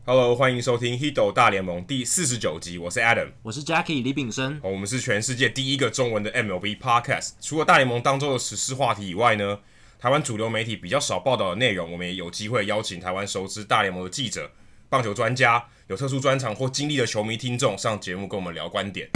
Hello， 欢迎收听《Hido 大联盟》第49集，我是 Adam， 我是 Jackie 李炳生。 我们是全世界第一个中文的 MLB Podcast。除了大联盟当周的时事话题以外呢，台湾主流媒体比较少报道的内容，我们也有机会邀请台湾熟知大联盟的记者、棒球专家、有特殊专长或经历的球迷听众上节目跟我们聊观点。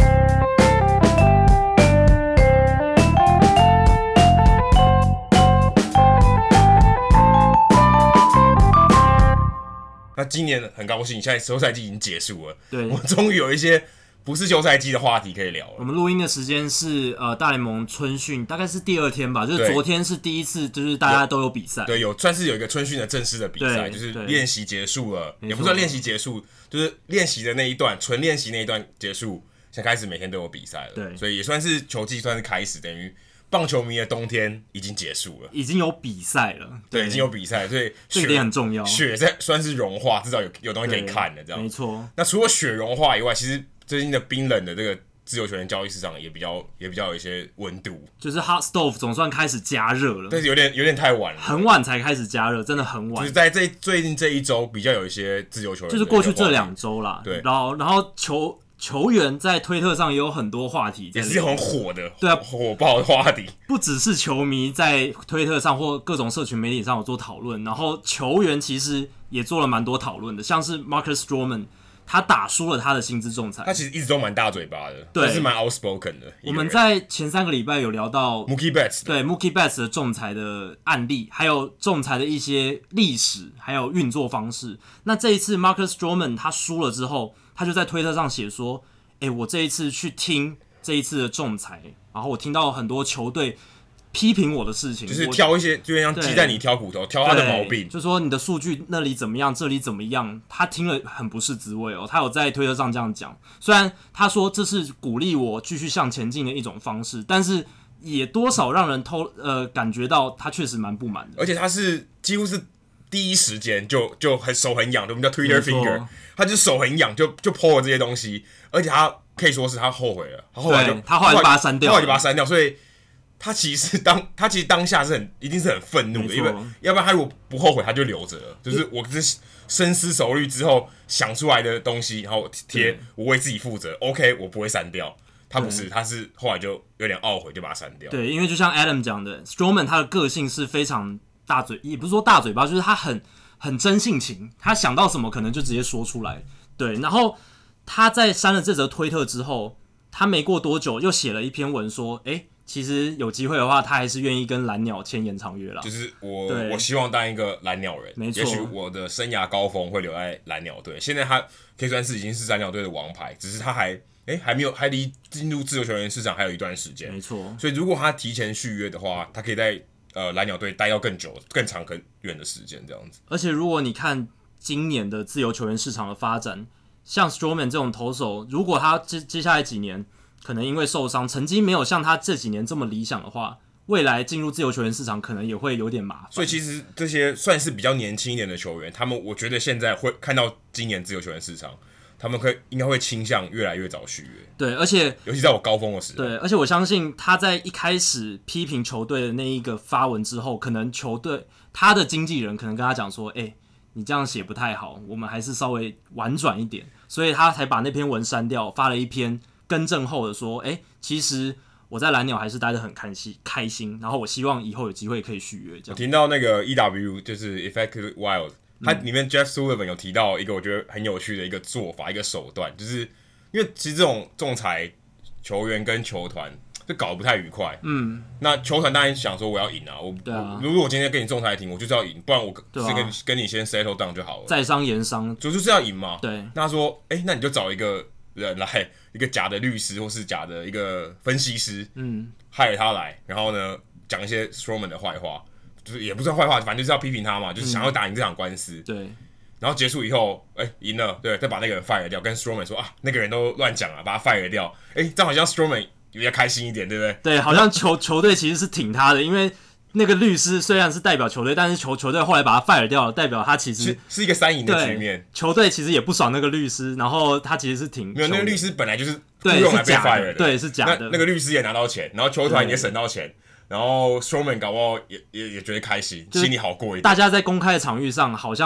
那今年很高兴，现在休赛季已经结束了， 对， 我终于有一些不是休赛季的话题可以聊了。 我们录音的时间是大联盟春训，大概是第二天吧，就是昨天是第一次，就是大家都有比赛， 对，算是有一个春训的正式的比赛，就是练习结束了，也不算练习结束，就是练习的那一段，纯练习那一段结束，现在开始每天都有比赛了，对，所以也算是球季算是开始，等于棒球迷的冬天已经结束了， 已经有比赛了， 对，已经有比赛，所以这一点很重要。 雪算是融化，至少有东西可以看了，这样没错。 那除了雪融化以外，其实最近的冰冷的这个自由球员交易市场也比较有一些温度， 就是 hot stove 总算开始加热了， 但是有点太晚了， 很晚才开始加热，真的很晚。 就是在最近这一周比较有一一些自由球员， 就是过去这2周啦， 对， 然后球员在推特上也有很多话题， 也是很火的， 对啊， 火爆的话题。 不只是球迷在推特上或各种社群媒体上有做讨论，然后球员其实也做了蛮多讨论的，像是 Marcus Stroman， 他打输了他的薪资仲裁， 他其实一直都蛮大嘴巴的， 对， 是蛮 outspoken 的。 我们在前3个礼拜有聊到 Mookie Betts， 对 Mookie Betts 的仲裁的案例，还有仲裁的一些历史，还有运作方式。那这一次 Marcus Stroman 他输了之后，他就在推特上写说，我这一次去听这一次的仲裁，然后我听到很多球队批评我的事情， 就是挑一些，就像鸡蛋里挑骨头，挑他的毛病， 就说你的数据那里怎么样，这里怎么样，他听了很不是滋味哦。他有在推特上这样讲，虽然他说这是鼓励我继续向前进的一种方式，但是也多少让人感觉到他确实蛮不满的， 而且他是几乎是第一时间就很手很痒，我们叫 Twitter finger， 他就手很痒就 po 了这些东西，而且他可以说是他后悔了，他后来就把它删掉， 所以他其实当下是一定是很愤怒的，因为要不然他如果不后悔他就留着了，就是我是深思熟虑之后想出来的东西，然后贴我为自己负责 ，OK， 我不会删掉。他不是，他是后来就有点懊悔，就把它删掉。 对，因为就像 Adam 讲的 ，Stroman 他的个性是非常大嘴，也不是说大嘴巴，就是他很真性情，他想到什么可能就直接说出来。对，然后他在删了这则推特之后，他没过多久又写了一篇文说，其实有机会的话，他还是愿意跟蓝鸟签延长约啦。 就是我希望当一个蓝鸟人， 没错， 也许我的生涯高峰会留在蓝鸟队。现在他可以算是已经是蓝鸟队的王牌，只是他还没有，还离进入自由球员市场还有一段时间。 没错， 所以如果他提前续约的话，他可以在蓝鸟队待到更久、更长、更远的时间这样子。 而且如果你看今年的自由球员市场的发展，像 Stroman 这种投手，如果他接下来几年可能因为受伤，成绩没有像他这几年这么理想的话，未来进入自由球员市场可能也会有点麻烦。 所以其实这些算是比较年轻一点的球员，他们我觉得现在会看到今年自由球员市场，他们应该会倾向越来越早续约。 对，而且尤其在我高峰的时候。 对，而且我相信他在一开始批评球队的那一个发文之后，可能球队他的经纪人可能跟他讲说，你这样写不太好，我们还是稍微婉转一点，所以他才把那篇文删掉，发了一篇更正后的说，其实我在蓝鸟还是待得很开心，然后我希望以后有机会可以续约。这样， 我听到那个 EW 就是 Effective Wild， 它里面 Jeff Sullivan 有提到一个我觉得很有趣的一个做法，一个手段，就是因为其实这种仲裁球员跟球团就搞得不太愉快。那球团当然想说我要赢啊，如果我今天跟你仲裁庭，我就是要赢，不然我是跟你先 settle down 就好了， 在商言商， 就是要赢嘛。 对， 那他说，那你就找一个人来，一个假的律师或是假的一个分析师，害他来，然后呢讲一些 Stroman 的坏话，就是也不算坏话，反正就是要批评他嘛，就是想要打赢这场官司。 对。 然后结束以后，赢了，对，再把那个人 fire 掉，跟 Stroman 说啊，那个人都乱讲了，把他 fire 掉。这样好像 Stroman 比较开心一点，对不对？ 对，好像球队其实是挺他的，因为那个律师虽然是代表球队，但是球队后来把他 fire 掉了，代表他其实是一个3赢的局面。 球队其实也不爽那个律师，然后他其实是挺没有，那个律师本来就是对用来被 fire 的， 对，是假的。 那个律师也拿到钱，然后球团也省到钱。然后 Stroman 搞不好也觉得开心，心里好过一点。 大家在公开的场域上好像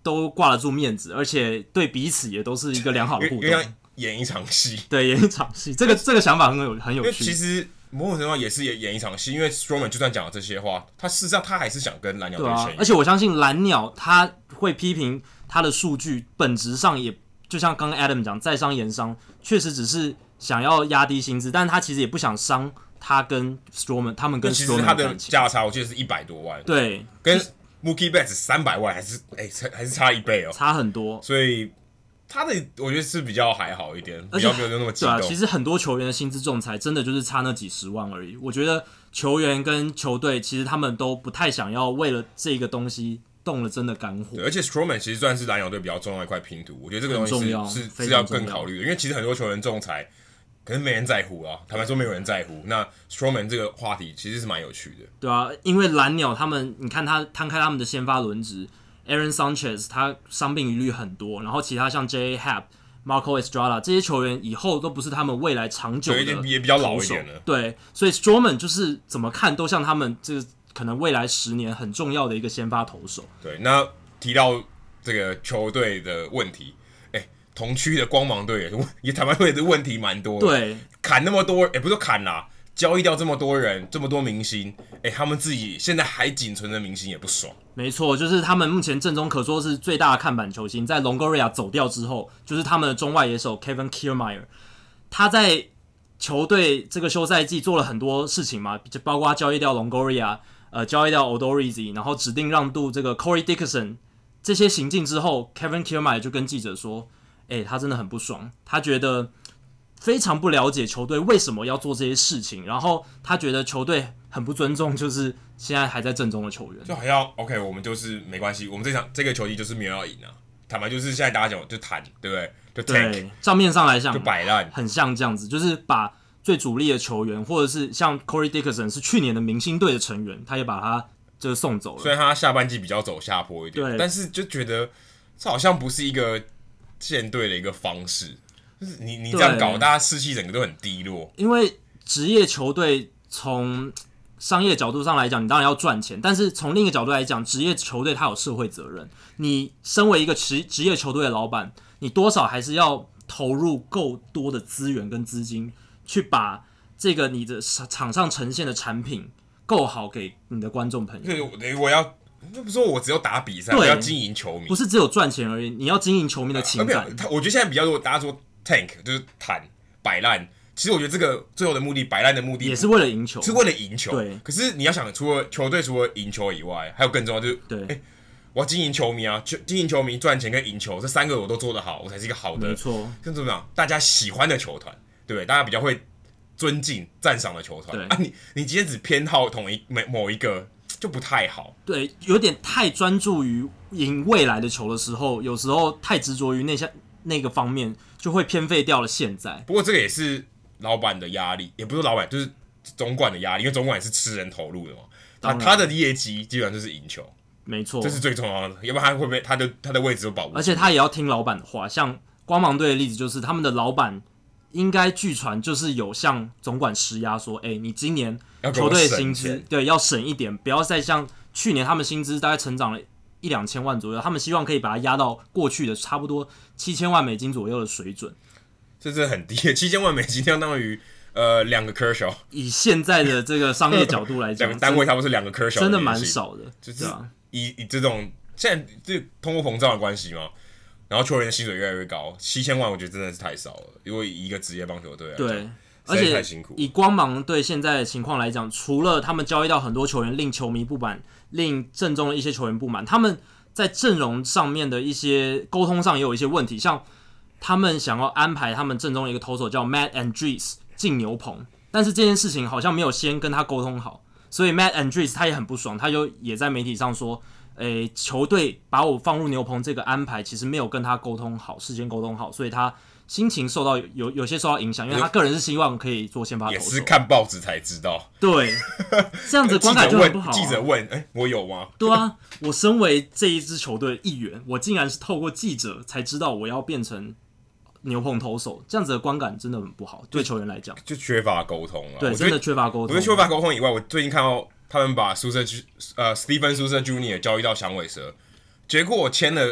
都挂得住面子，而且对彼此也都是一个良好的互动， 像演一场戏， 对，演一场戏，这个想法很有趣。 因为其实某种程度上也是演一场戏，因为 Strowman 就算讲了这些话，他事实上他还是想跟蓝鸟队签约， 而且我相信蓝鸟他会批评他的数据，本质上也就像刚刚 Adam 讲，在商言商，确实只是想要压低薪资，但是他其实也不想伤他跟 Strowman 他们跟 Strowman 其实他的价差我记得是100多万， 对， 跟 Mookie Betts 300万还是差1倍哦， 差很多， 所以他的我觉得是比较还好一点，比较没有那么激动。 对啊，其实很多球员的薪资仲裁真的就是差那几十万而已。我觉得球员跟球队其实他们都不太想要为了这个东西动了真的肝火。 对，而且 Strowman 其实算是蓝鸟队比较重要的一块拼图，我觉得这个东西是要更考虑的，因为其实很多球员仲裁可能没人在乎啊，坦白说没有人在乎。那 Strowman 这个话题其实是蛮有趣的， 对啊，因为蓝鸟他们，你看他摊开他们的先发轮值 ，Aaron Sanchez 他伤病疑虑很多，然后其他像 J.A. Happ、Marco Estrada 这些球员以后都不是他们未来长久的投手， 也比较老一点了。 对，所以 Strowman 就是怎么看都像他们这个可能未来10年很重要的一个先发投手。 对，那提到这个球队的问题。同区的光芒队也坦白说也是问题蛮多的， 对， 砍那么多，不是说砍啦，交易掉这么多人，这么多明星，他们自己现在还仅存的明星也不爽。 没错，就是他们目前阵中可说是最大的看板球星，在 Longoria 走掉之后，就是他们的中外野手 Kevin Kiermaier， 他在球队这个休赛季做了很多事情嘛，就包括交易掉 Longoria， 交易掉 Odorizzi， 然后指定让渡这个 Corey Dickerson 这些行径之后 ，Kevin Kiermaier 就跟记者说。他真的很不爽，他觉得非常不了解球队为什么要做这些事情，然后他觉得球队很不尊重，就是现在还在阵中的球员， 就好像 OK， 我们就是没关系，我们这个球季就是没有要赢啊，坦白就是现在大家讲就谈，对不对？就 tank， 对，账面上来讲就摆烂， 很像这样子，就是把最主力的球员，或者是像 Corey Dickerson 是去年的明星队的成员，他也把他就是送走了。 虽然他下半季比较走下坡一点，但是就觉得这好像不是一个舰队的一个方式，就是你这样搞，大家士气整个都很低落。 因为职业球队从商业角度上来讲，你当然要赚钱，但是从另一个角度来讲，职业球队它有社会责任。你身为一个职业球队的老板，你多少还是要投入够多的资源跟资金，去把这个你的场上呈现的产品够好给你的观众朋友。 对，我要。不是说我只有打比赛，我要经营球迷， 不是只有赚钱而已，你要经营球迷的情感。 我觉得现在比较多，大家说 tank 就是坦摆烂。其实我觉得这个最后的目的，摆烂的目的也是为了赢球， 是为了赢球。 对。 可是你要想，除了球队除了赢球以外，还有更重要就是， 对， 我要经营球迷啊，经营球迷、赚钱跟赢球这3个我都做得好，我才是一个好的， 没错。 跟怎么讲，大家喜欢的球团，对不对？大家比较会尊敬、赞赏的球团。 对啊，你今天只偏好某一个。就不太好， 对，有点太专注于赢未来的球的时候，有时候太执着于那个方面，就会偏废掉了现在。 不过这个也是老板的压力，也不是老板，就是总管的压力，因为总管也是吃人投入的嘛。他的业绩基本上就是赢球， 没错， 这是最重要的，要不然他会不会他的位置都保不住？ 而且他也要听老板的话，像光芒队的例子就是他们的老板。应该据传就是有向总管施压说，你今年球队的薪资对要省一点，不要再像去年他们薪资大概成长了1-2千万左右，他们希望可以把它压到过去的差不多7000万美金左右的水准。 这真的很低，7000万美金相当于2个 Kershaw。 以现在的这个商业角度来讲， 两个单位差不多是2个 Kershaw， 真的蛮少的。 就是以这种现在这通货膨胀的关系嘛。然后球员的薪水越来越高，7000万我觉得真的是太少了。如果以一个职业棒球队来讲， 对，而且以光芒队现在的情况来讲，除了他们交易到很多球员令球迷不满，令阵中的一些球员不满，他们在阵容上面的一些沟通上也有一些问题，像他们想要安排他们阵中的一个投手叫 Matt Andriese 进牛棚，但是这件事情好像没有先跟他沟通好，所以 Matt Andriese 他也很不爽，他就也在媒体上说。球队把我放入牛棚这个安排，其实没有跟他沟通好，事先沟通好，所以他心情受到有些受到影响，因为他个人是希望可以做先发投手， 也是看报纸才知道。 对，这样子观感就很不好。 记者问，我有吗？ 对啊，我身为这一支球队的一员，我竟然是透过记者才知道我要变成牛棚投手，这样子的观感真的很不好，对球员来讲就缺乏沟通了。 对，真的缺乏沟通。 我觉得缺乏沟通以外，我最近看到。他们把Stephen Sousa Jr. 交易到响尾蛇，结果我签了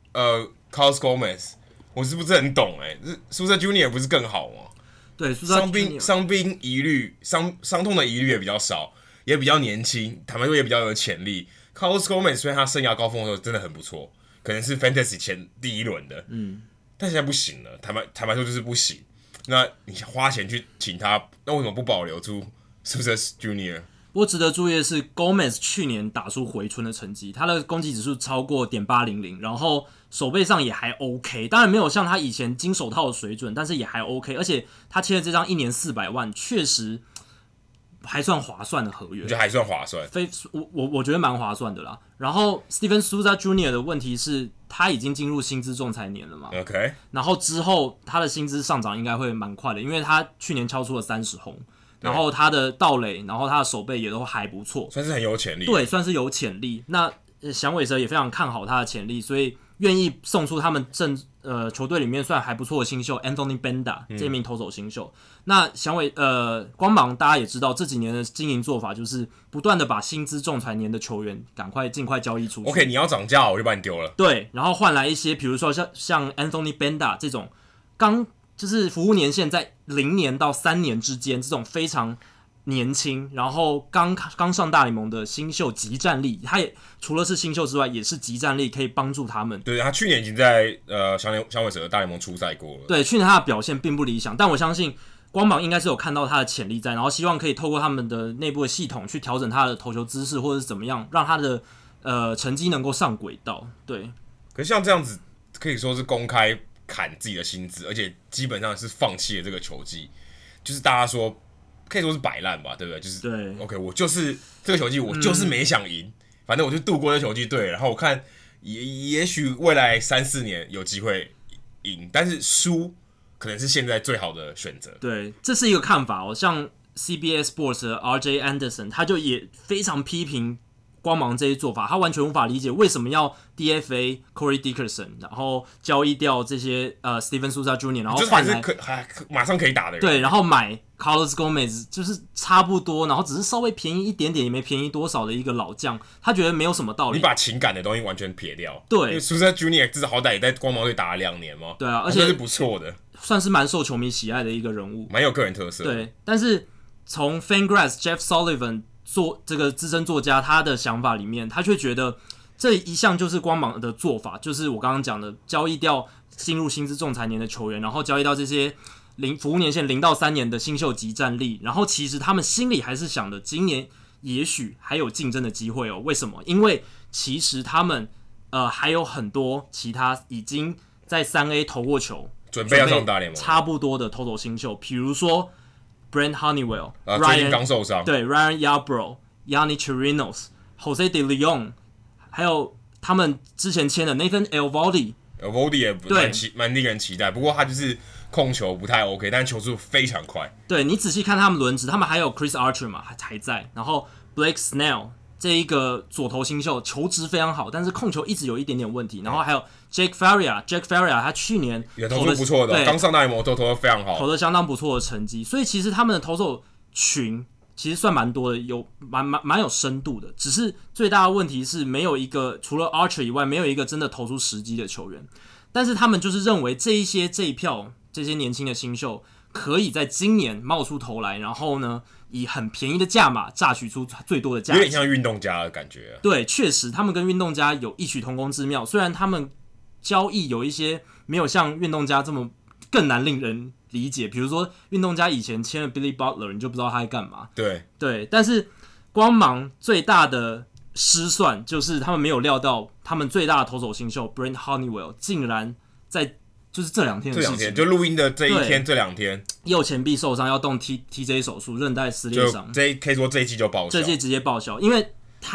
Carlos Gomez， 我是不是很懂苏瑟 Junior 不是更好吗？ 对， 伤病疑虑、伤痛的疑虑也比较少，也比较年轻，坦白说也比较有潜力。Carlos Gomez 虽然他生涯高峰的时候真的很不错，可能是 Fantasy 前第1轮的，但现在不行了。坦白说就是不行。那你花钱去请他，那为什么不保留住 Suter Junior？ 不过值得注意的是 ，Gomez 去年打出回春的成绩，他的攻击指数超过.800，然后手背上也还 OK， 当然没有像他以前金手套的水准，但是也还 OK， 而且他签的这张1年400万，确实还算划算的合约， 我觉得还算划算， 我觉得蛮划算的啦。然后 Steven Souza Jr. 的问题是，他已经进入薪资仲裁年了嘛 ？OK， 然后之后他的薪资上涨应该会蛮快的，因为他去年敲出了30轰。然后他的盗垒，然后他的手背也都还不错， 算是很有潜力。 对，算是有潜力。那响尾蛇也非常看好他的潜力，所以愿意送出他们球队里面算还不错的新秀 Anthony Banda 这名投手新秀。那光芒大家也知道，这几年的经营做法就是不断的把薪资仲裁年的球员尽快交易出去。 OK， 你要涨价，我就把你丢了。 对，然后换来一些，比如说像 Anthony Banda 这种就是服务年限在0年到3年之间，这种非常年轻，然后刚上大联盟的新秀极战力，他也除了是新秀之外，也是极战力，可以帮助他们。 对，他去年已经在响尾蛇的大联盟出赛过了。 对，去年他的表现并不理想，但我相信光芒应该是有看到他的潜力在，然后希望可以透过他们的内部的系统去调整他的投球姿势，或者是怎么样，让他的成绩能够上轨道。对， 可是像这样子可以说是公开砍自己的薪资，而且基本上是放弃了这个球季，就是大家说可以说是摆烂吧，对不对？就是对 OK， 我就是这个球季我就是没想赢，反正我就度过这球季对，然后我看也许未来3-4年有机会赢，但是输可能是现在最好的选择。 对，这是一个看法哦。像 CBS Sports 的 RJ Anderson， 他就也非常批评光芒这些做法，他完全无法理解为什么要 DFA Corey Dickerson， 然后交易掉这些Steven Souza Jr.， 然后换来还马上可以打的人， 对，然后买 Carlos Gomez， 就是差不多，然后只是稍微便宜一点点，也没便宜多少的一个老将，他觉得没有什么道理。 你把情感的东西完全撇掉， 对， 因为 Souza Jr. 至少好歹也在光芒队打了2年嘛， 对啊，而且是不错的， 算是蛮受球迷喜爱的一个人物， 蛮有个人特色的。 对，但是从 Fangraphs Jeff Sullivan做这个资深作家他的想法里面，他却觉得这一项就是光芒的做法，就是我刚刚讲的交易掉进入薪资仲裁年的球员，然后交易到这些服务年限0到3年的新秀级战力，然后其实他们心里还是想的，今年也许还有竞争的机会哦。为什么？因为其实他们还有很多其他已经在3A 投过球， 准备要上大联盟， 差不多的投手新秀，比如说 Brent Honeywell， 最近刚受伤， 对 Ryan Yarbrough、Yanni Chirinos、Jose De Leon， 还有他们之前签的 Nathan Eovaldi。Eovaldi 也蛮令人期待，不过他就是控球不太 OK， 但球速非常快。 对，你仔细看他们轮值，他们还有 Chris Archer 嘛，还在，然后 Blake Snell 这一个左投新秀，球质非常好，但是控球一直有一点点问题。然后还有 Jake Faria， 他去年也投出不错的，刚上大联盟投得非常好， 投得相当不错的成绩。所以其实他们的投手群其实算蛮多的，有蛮有深度的。只是最大的问题是没有一个除了 Archer 以外，没有一个真的投出时机的球员。但是他们就是认为这一票这些年轻的新秀可以在今年冒出头来，然后呢，以很便宜的价码榨取出最多的价值， 有点像运动家的感觉。 对，确实他们跟运动家有异曲同工之妙，虽然他们交易有一些没有像运动家这么更难令人理解，比如说运动家以前签了 Billy Butler， 你就不知道他在干嘛。对，但是光芒最大的失算就是他们没有料到，他们最大的投手新秀 Brent Honeywell 竟然在就是这2天的事情， 就录音的这一天，这2天右前臂受伤，要动 TJ 手术，韧带撕裂伤， 可以说这一季就报销， 这季直接报销，因为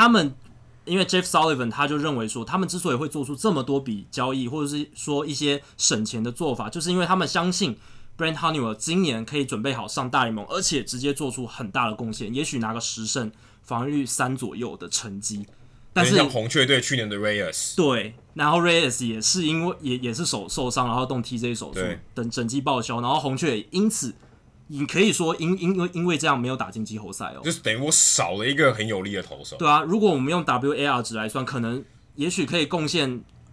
Jeff Sullivan 他就认为说，他们之所以会做出这么多笔交易，或者是说一些省钱的做法，就是因为他们相信 Brent Honeywell 今年可以准备好上大联盟，而且直接做出很大的贡献，也许拿个10胜。防御率3左右的成绩，但是像红雀队去年的 Reyes， 对，然后 Reyes 也是因为也是手受伤，然后动 TJ 手术，等整季报销，然后红雀也因此你可以说因为这样没有打进季后赛哦， 就是等于我少了一个很有力的投手。 对啊，如果我们用 WAR 值来算，可能也许可以贡献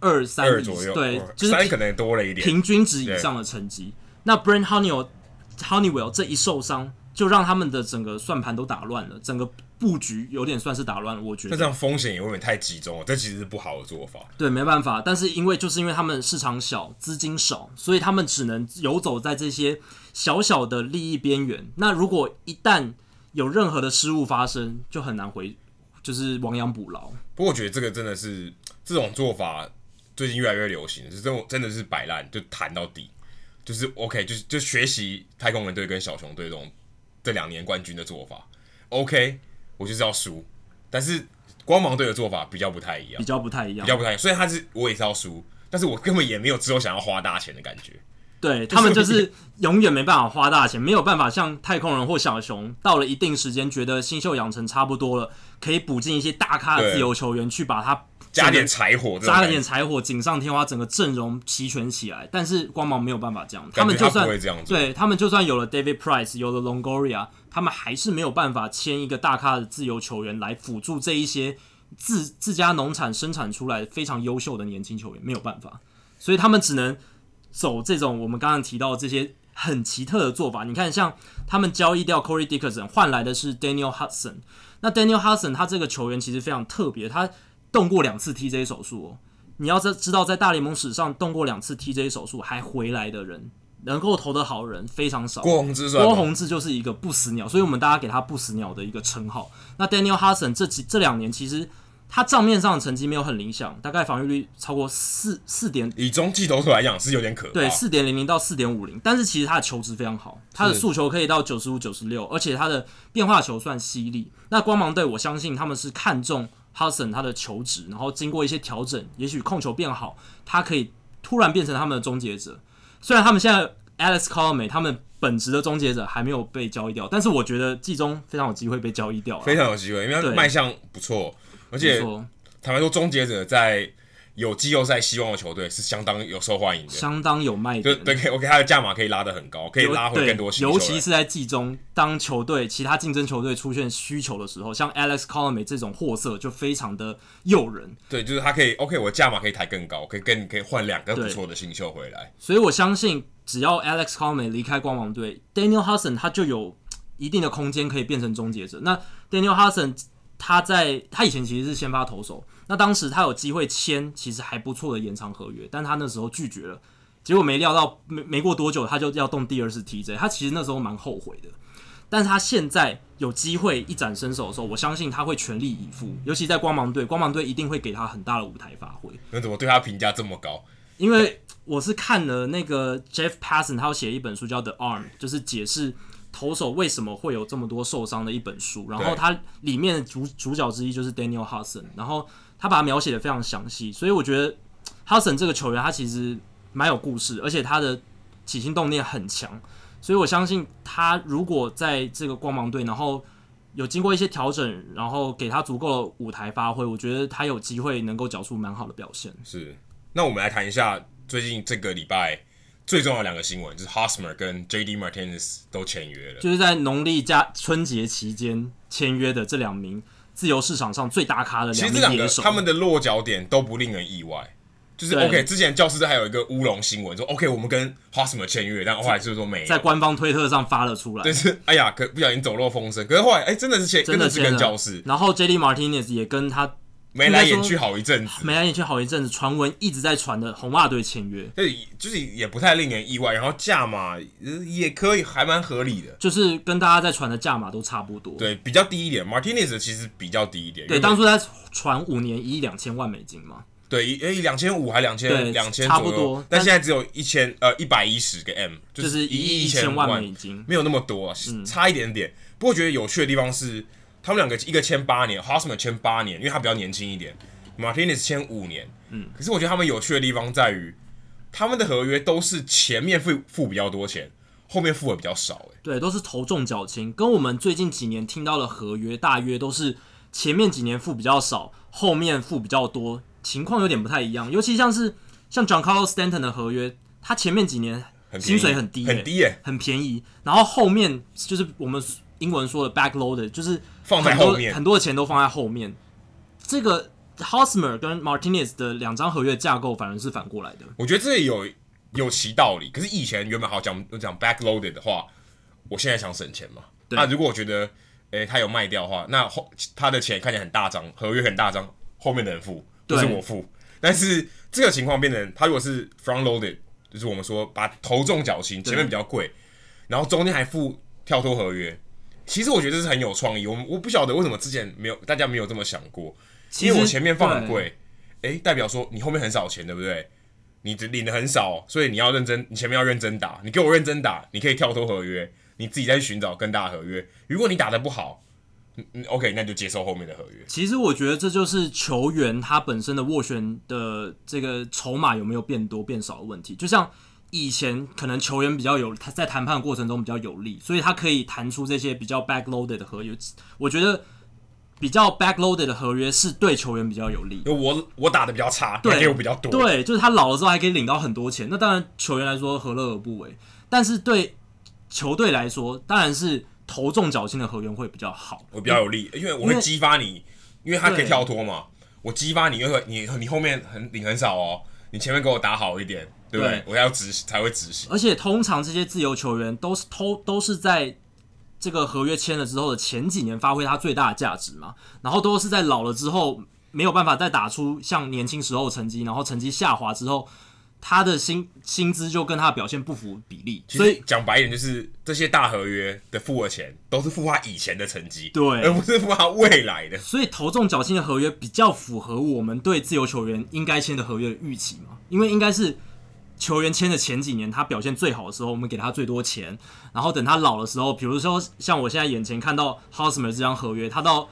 2.3 左右， 对，就是 3可能多了一点， 平均值以上的成绩。那 Brent Honeywell 这一受伤，就让他们的整个算盘都打乱了，整个布局有点算是打乱了。我觉得那这样风险也会有点太集中了，这其实是不好的做法。 对，没办法，但是因为他们市场小，资金少，所以他们只能游走在这些小小的利益边缘。那如果一旦有任何的失误发生，就很难就是亡羊补牢。 不过我觉得这个真的是这种做法最近越来越流行，是真的是摆烂就弹到底，就是 OK， 就学习太空人队跟小熊队这2年冠军的做法。OK， 我就是要输，但是光芒队的做法比较不太一样， 比较不太一样。 所以我也是要输，但是我根本也没有之后想要花大钱的感觉。 对，他们就是永远没办法花大钱，没有办法像太空人或小熊到了一定时间，觉得新秀养成差不多了，可以补进一些大咖的自由球员去把它加点柴火， 锦上添花，整个阵容齐全起来。但是光芒没有办法这样，他们就算不会这样做， 对他们就算有了 David Price， 有了 Longoria， 他们还是没有办法签一个大咖的自由球员来辅助这一些自家农场生产出来非常优秀的年轻球员，没有办法，所以他们只能走这种我们刚刚提到的这些很奇特的做法。你看，像他们交易掉 Corey Dickerson， 换来的是 Daniel Hudson。那 Daniel Hudson 他这个球员其实非常特别，他动过2次 TJ 手术哦。你要知道，在大联盟史上动过2次 TJ 手术还回来的人，能够投得好人非常少。 郭宏志就是一个不死鸟，所以我们大家给他不死鸟的一个称号。那 Daniel Hudson 这2年其实他账面上的成绩没有很理想，大概防御率超过4点， 以中继投手来讲是有点可怕。 对，4.00到4.50，但是其实他的球质非常好，他的速球可以到95、96，而且他的变化球算犀利。那光芒队我相信他们是看中 Hudson 他的球质，然后经过一些调整，也许控球变好，他可以突然变成他们的终结者。虽然他们现在 Alex Colomé 他们本职的终结者还没有被交易掉，但是我觉得季中非常有机会被交易掉， 非常有机会，因为他卖相不错。而且坦白说，终结者在有季后赛希望的球队是相当有受欢迎的， 相当有卖点。 对，我给他的价码可以拉得很高，可以拉回更多新秀。 尤其是在季中，当其他竞争球队出现需求的时候，像 Alex Colomé 这种货色就非常的诱人。 对，就是他可以 OK， 我的价码可以抬更高，可以换2个不错的新秀回来。 所以我相信，只要 Alex Colomé 离开光芒队 ，Daniel Hudson 他就有一定的空间可以变成终结者。那 Daniel Hudson他以前其实是先发投手，那当时他有机会签其实还不错的延长合约，但他那时候拒绝了，结果没料到没过多久他就要动第2次 TJ， 他其实那时候蛮后悔的。但是他现在有机会一展身手的时候，我相信他会全力以赴，尤其在光芒队一定会给他很大的舞台发挥。 那怎么对他评价这么高？ 因为我是看了那个 Jeff Passan， 他有写一本书叫 The Arm， 就是解释投手为什么会有这么多受伤的一本书，然后它里面的主角之一就是 Daniel Hudson， 然后他把它描写的非常详细，所以我觉得 Hudson 这个球员他其实蛮有故事，而且他的起心动念很强，所以我相信他如果在这个光芒队，然后有经过一些调整，然后给他足够的舞台发挥，我觉得他有机会能够缴出蛮好的表现。 是，那我们来谈一下最近这个礼拜最重要的2个新闻，就是 Hosmer 跟 JD Martinez 都签约了， 就是在农历加春节期间签约的这2名自由市场上最大咖的2名野手。 其实这2个他们的落脚点都不令人意外，就是 OK。之前教师还有一个乌龙新闻说 OK， 我们跟 Hosmer 签约，但后来就是说没有， 在官方推特上发了出来。 但是哎呀，不小心走漏风声。可是后来真的是真的是跟教师， 然后 JD Martinez 也跟他。 眉来眼去好一阵子， 传闻一直在传的红袜队签约， 就是也不太令人意外，然后价码也可以，还蛮合理的， 就是跟大家在传的价码都差不多， 对，比较低一点。Martinez 其实比较低一点， 对，当初在传5年12000万美金嘛， 对，2500还2000 差不多， 但现在只有110个 M， 就是1亿1000万美金， 没有那么多啊，差一点点。不过我觉得有趣的地方是，他们2个一个签8年 ，Hosmer 签8年，因为他比较年轻一点 ，Martinez 签5年。可是我觉得他们有趣的地方在于，他们的合约都是前面付比较多钱，后面付的比较少。 对，都是头重脚轻，跟我们最近几年听到的合约大约都是前面几年付比较少，后面付比较多，情况有点不太一样。尤其像 Giancarlo Stanton 的合约，他前面几年薪水很低，很便宜，然后后面就是我们英文说的 backloaded， 就是放在后面， 很多的钱都放在后面。这个 Hosmer 跟 Martinez 的2张合约架构反而是反过来的。 我觉得这有其道理，可是以前原本好讲 backloaded 的话，我现在想省钱嘛。那如果我觉得，他有卖掉的话，那他的钱看起来很大张，合约很大张，后面的人付，不是我付。但是这个情况变成，他如果是 front loaded， 就是我们说把头重脚轻，前面比较贵，然后中间还付跳脱合约。其实我觉得这是很有创意，我不晓得为什么之前大家没有这么想过，因为我前面放很贵，代表说你后面很少钱，对不对？你领的很少，所以你要认真，你前面要认真打，你给我认真打，你可以跳脱合约，你自己再去寻找更大的合约。如果你打得不好，OK， 那就接受后面的合约。 其实我觉得这就是球员他本身的斡旋的这个筹码有没有变多变少的问题。就像以前可能球员他在谈判的过程中比较有利，所以他可以谈出这些比较 backloaded 的合约。我觉得比较 backloaded 的合约是对球员比较有利。 我打的比较差， 对， 给我比较多。 对，就是他老了之后还可以领到很多钱。那当然球员来说何乐而不为？但是对球队来说，当然是头重脚轻的合约会比较好， 我比较有利，因为我会激发你，因为他可以跳脱嘛。我激发你，因为你后面领很少哦，你前面给我打好一点。对不对？我要执行才会执行。 而且通常这些自由球员都是在这个合约签了之后的前几年发挥他最大的价值嘛，然后都是在老了之后没有办法再打出像年轻时候的成绩，然后成绩下滑之后，他的薪资就跟他的表现不符比例。 所以讲白一点，就是这些大合约的付的钱都是付他以前的成绩， 对， 而不是付他未来的。 所以头重脚轻的合约比较符合我们对自由球员应该签的合约的预期嘛，因为应该是球员签的前几年他表现最好的时候，我们给他最多钱，然后等他老的时候，比如说像我现在眼前看到 Hosmer 这张合约，他到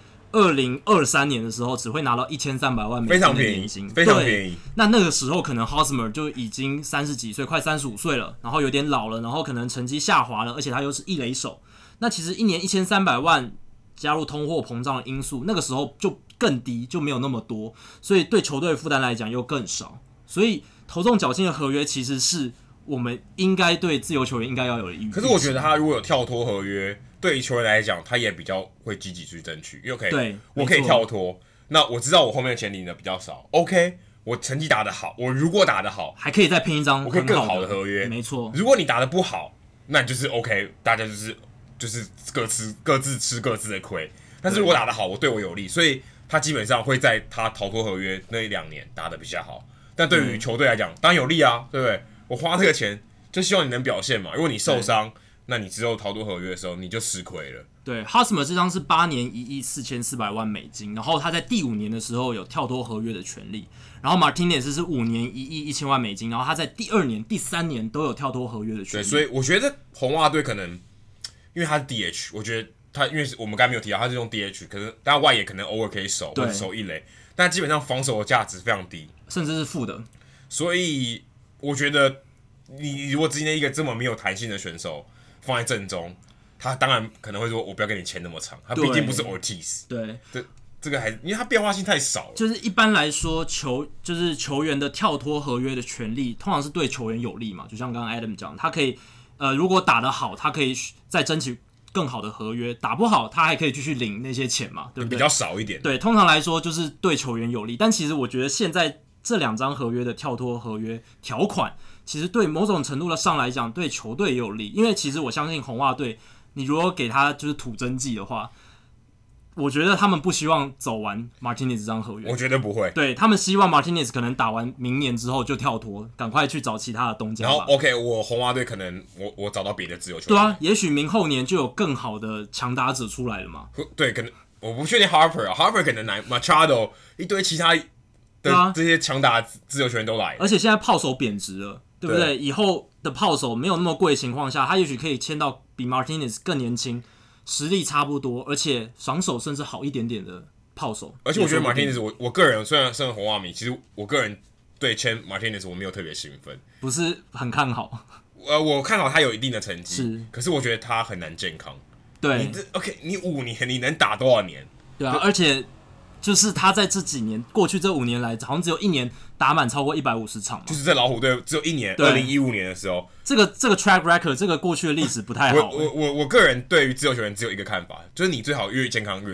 2023年的时候只会拿到1300万美金的年薪， 非常便宜。 那个时候可能 Hosmer 就已经30几岁，快35岁了，然后有点老了，然后可能成绩下滑了，而且他又是一垒手。那其实一年1300万加入通货膨胀的因素，那个时候就更低，就没有那么多，所以对球队的负担来讲又更少。所以头重脚轻的合约其实是我们应该对自由球员应该要有的预期。 可是我觉得他如果有跳脱合约，对于球员来讲，他也比较会积极去争取，因为我可以跳脱，那我知道我后面的钱领的比较少 ，OK， 我成绩打得好，我如果打得好， 还可以再拼一张我可以更好的合约， 没错。 如果你打得不好，那你就是 OK， 大家就是各自吃各自的亏。但是如果打得好，我对我有利，所以他基本上会在他逃脱合约那1-2年打得比较好。但对于球队来讲，当然有利啊，对不对？我花这个钱就希望你能表现嘛。如果你受伤，那你之后逃脱合约的时候你就吃亏了。 对 ，Hosmer 这张是8年1亿4400万美金，然后他在第5年的时候有跳脱合约的权利，然后 Martinez 是5年1亿1000万美金，然后他在第2年、第3年都有跳脱合约的权利。 对，所以我觉得红袜队可能因为他是 DH， 我觉得他因为我们刚才没有提到他是用 DH， 可是当然外野可能偶尔可以守或者守一垒，但基本上防守的价值非常低， 甚至是负的。 所以我觉得你如果今天一个这么没有弹性的选手放在阵中，他当然可能会说我不要跟你签那么长，他毕竟不是 Ortiz。 对， 这个还因为他变化性太少了。 就是一般来说就是球员的跳脱合约的权利通常是对球员有利嘛，就像刚刚 Adam 讲，他可以如果打得好，他可以再争取更好的合约，打不好他还可以继续领那些钱嘛，对不对？ 比较少一点。 对，通常来说就是对球员有利，但其实我觉得现在这2张合约的跳脱合约条款，其实对某种程度的上来讲，对球队也有利，因为其实我相信红袜队，你如果给他就是土真剂的话，我觉得他们不希望走完 Martinez 这张合约， 我觉得不会。 对，他们希望 Martinez 可能打完明年之后就跳脱，赶快去找其他的东家吧。 然后 OK， 我红袜队可能我找到别的自由球员。 对啊，也许明后年就有更好的强打者出来了嘛。 对，可能我不确定 Harper 可能来 Machado 一堆其他的这些强打自由球员都来了， 而且现在炮手贬值了，对不对？以后的炮手没有那么贵的情况下，他也许可以签到比 Martinez 更年轻、实力差不多，而且防守甚至好一点点的炮手。 而且我觉得 Martinez， 我个人虽然身为红袜迷，其实我个人对签 Martinez 我没有特别兴奋， 不是很看好。 我看好他有一定的成绩， 是， 可是我觉得他很难健康。 对 ，OK， 你5年你能打多少年？ 对啊，而且就是他在这几年，过去这5年来，好像只有1年打满超过150场嘛。 就是在老虎队只有1年，2015年的时候， 这个 track record， 这个过去的历史不太好。 我个人对于自由球员只有一个看法，就是你最好越健康越好，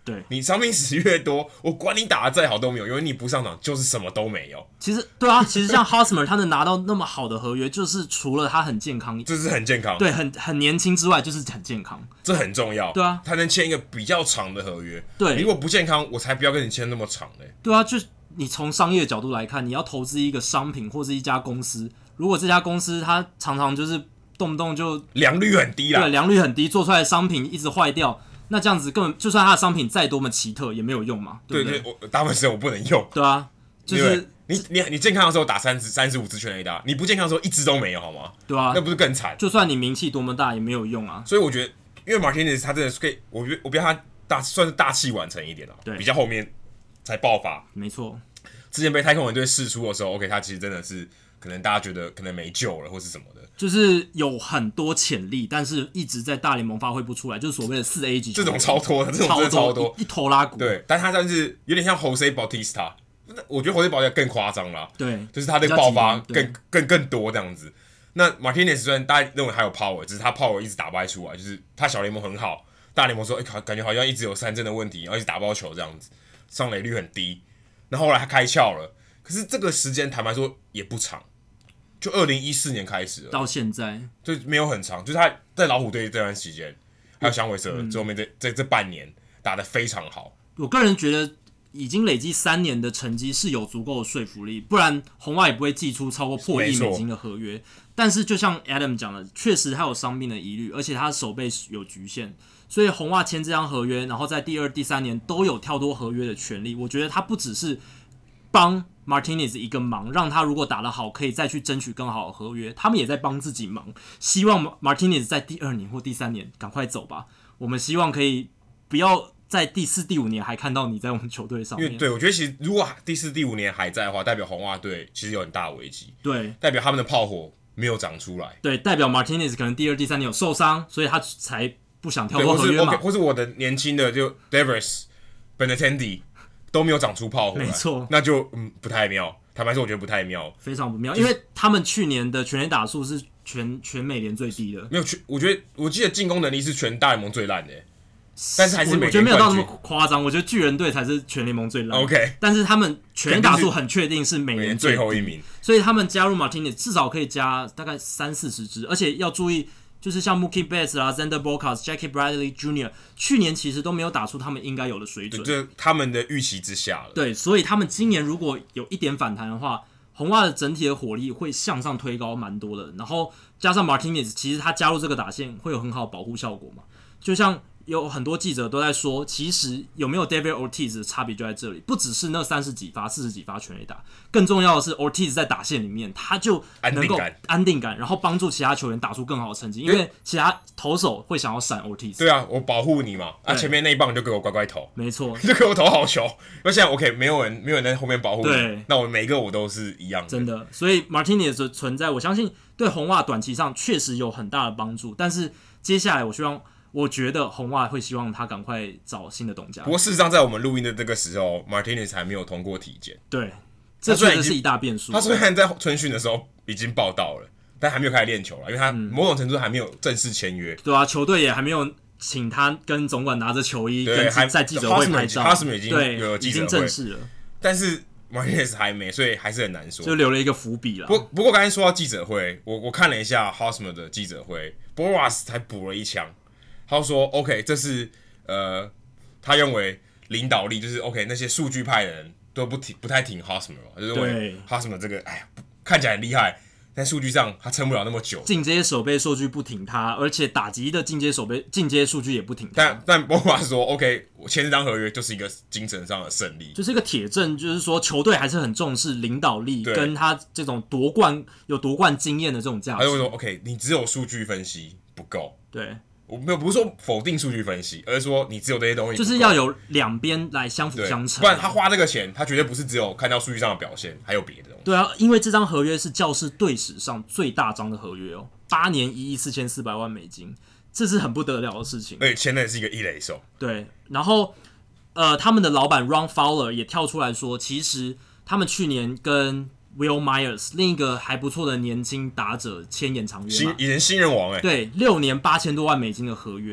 对， 你伤病史越多，我管你打得再好都没有，因为你不上场就是什么都没有。 其实对啊，其实像 Hosmer 他能拿到那么好的合约，就是除了他很健康， 这是很健康， 对，很年轻之外，就是很健康， 这很重要。 对啊， 他能签一个比较长的合约。 对， 你如果不健康，我才不要跟你签那么长嘞。 对啊，就你从商业角度来看，你要投资一个商品或是一家公司，如果这家公司它常常就是动不动就良率很低啦， 对，良率很低，做出来的商品一直坏掉。那这样子根本就算他的商品再多么奇特也没有用嘛，对不对？ 我大部分时间我不能用。 对啊，就是你健康的时候打35支全垒打，你不健康的时候一支都没有，好吗？ 对啊， 那不是更惨？ 就算你名气多么大也没有用啊。 所以我觉得，因为 Martinez 他真的是可以，我比他算是大器晚成一点了， 对， 比较后面才爆发。 没错， 之前被太空人队释出的时候 ，OK， 他其实真的是可能大家觉得可能没救了，或是什么的。 就是有很多潜力，但是一直在大联盟发挥不出来，就是所谓的4A 级这种超多的，这种真的超多， 一头拉骨。 对，但他是有点像 Jose Bautista， 我觉得 Jose Bautista 更夸张啦， 对， 就是他的爆发更多这样子。那 Martinez 虽然大家认为他有 power， 只是他 power 一直打不出来，就是他小联盟很好，大联盟说感觉好像一直有三振的问题，然后一直打不到球这样子，上垒率很低。那后来他开窍了，可是这个时间坦白说也不长。就2014年开始了， 到现在就没有很长，就是他在老虎队这段时间，还有响尾蛇最后面这半年打得非常好。 我个人觉得已经累积3年的成绩是有足够的说服力，不然红袜也不会寄出超过破亿美金的合约。但是就像 Adam 讲的，确实他有伤病的疑虑，而且他的手背有局限，所以红袜签这张合约，然后在第2、第3年都有跳脱合约的权利。我觉得他不只是帮Martinez 一个忙，让他如果打得好，可以再去争取更好的合约。他们也在帮自己忙，希望 Martinez 在第2年或第3年赶快走吧。我们希望可以不要在第4、第5年还看到你在我们球队上面。 因为对我觉得其实如果第4、第5年还在的话，代表红袜队其实有很大的危机。 对， 代表他们的炮火没有长出来。 对，代表 Martinez 可能第2、第3年有受伤，所以他才不想跳脱合约嘛。 或是我的年轻的就 Devers、Benintendi 都没有长出炮火来， 没错， 那就不太妙。坦白说，我觉得不太妙， 非常不妙，因为他们去年的全垒打数是全美联最低的。 没有，我记得进攻能力是全大联盟最烂的，但是还是我觉得没有到那么夸张。我觉得巨人队才是全联盟最烂。 OK， 但是他们全垒打数很确定是美联最后一名， 所以他们加入 Martinez 至少可以加大概30-40支，而且要注意。就是像 Mookie Betts 啦、Xander Bogaerts、Jackie Bradley Jr. 去年其实都没有打出他们应该有的水准， 这他们的预期之下了。 对，所以他们今年如果有一点反弹的话，红袜的整体的火力会向上推高蛮多的。然后加上 Martinez， 其实他加入这个打线会有很好的保护效果嘛。就像有很多记者都在说，其实有没有 David Ortiz 的差别就在这里，不只是那30几发、40几发全垒打，更重要的是 Ortiz 在打线里面，他就能够安定感，然后帮助其他球员打出更好的成绩，因为其他投手会想要闪 Ortiz。 对啊，我保护你嘛，前面那一棒就给我乖乖投， 没错， 就给我投好球。那现在 OK， 没有人在后面保护你， 对， 那我每一个我都是一样的， 真的。所以 Martinez 的存在，我相信对红袜短期上确实有很大的帮助，但是接下来我觉得红袜会希望他赶快找新的东家。 不过事实上，在我们录音的这个时候 ，Martinez 还没有通过体检。 对，这确实是一大变数。 他虽然在春训的时候已经报到了，但还没有开始练球了，因为他某种程度还没有正式签约。 对啊，球队也还没有请他跟总管拿着球衣跟在记者会拍照。 他是不是已经有记者会？ 已经正式了。 但是 Martinez 还没，所以还是很难说， 就留了一个伏笔了。 不过刚才说到记者会，我看了一下 Hosmer 的记者会 ，Boras 才补了一枪。他说 ：“OK， 这是他认为领导力就是 OK， 那些数据派的人都不太挺 Hosmer 嘛，就认为 Hosmer 这个看起来很厉害，但数据上他撑不了那么久。 进阶守备数据不挺他，而且打击的进阶数据也不挺他。 但 Boras 说 OK， 我签这张合约就是一个精神上的胜利， 就是一个铁证，就是说球队还是很重视领导力跟他这种夺冠经验的这种价值。 他就会说 OK， 你只有数据分析不够， 对。” 我不是说否定数据分析，而是说你只有这些东西， 就是要有两边来相辅相成， 不然他花这个钱，他绝对不是只有看到数据上的表现，还有别的东西。 对啊，因为这张合约是教士队史上最大张的合约哦，8年1亿4400万美金，这是很不得了的事情。 而且签的是一个一垒手。 对，然后他们的老板 Ron Fowler 也跳出来说，其实他们去年跟Will Myers 另一个还不错的年轻打者签延长约嘛， 以前新人王对，6年8000多万美金的合约。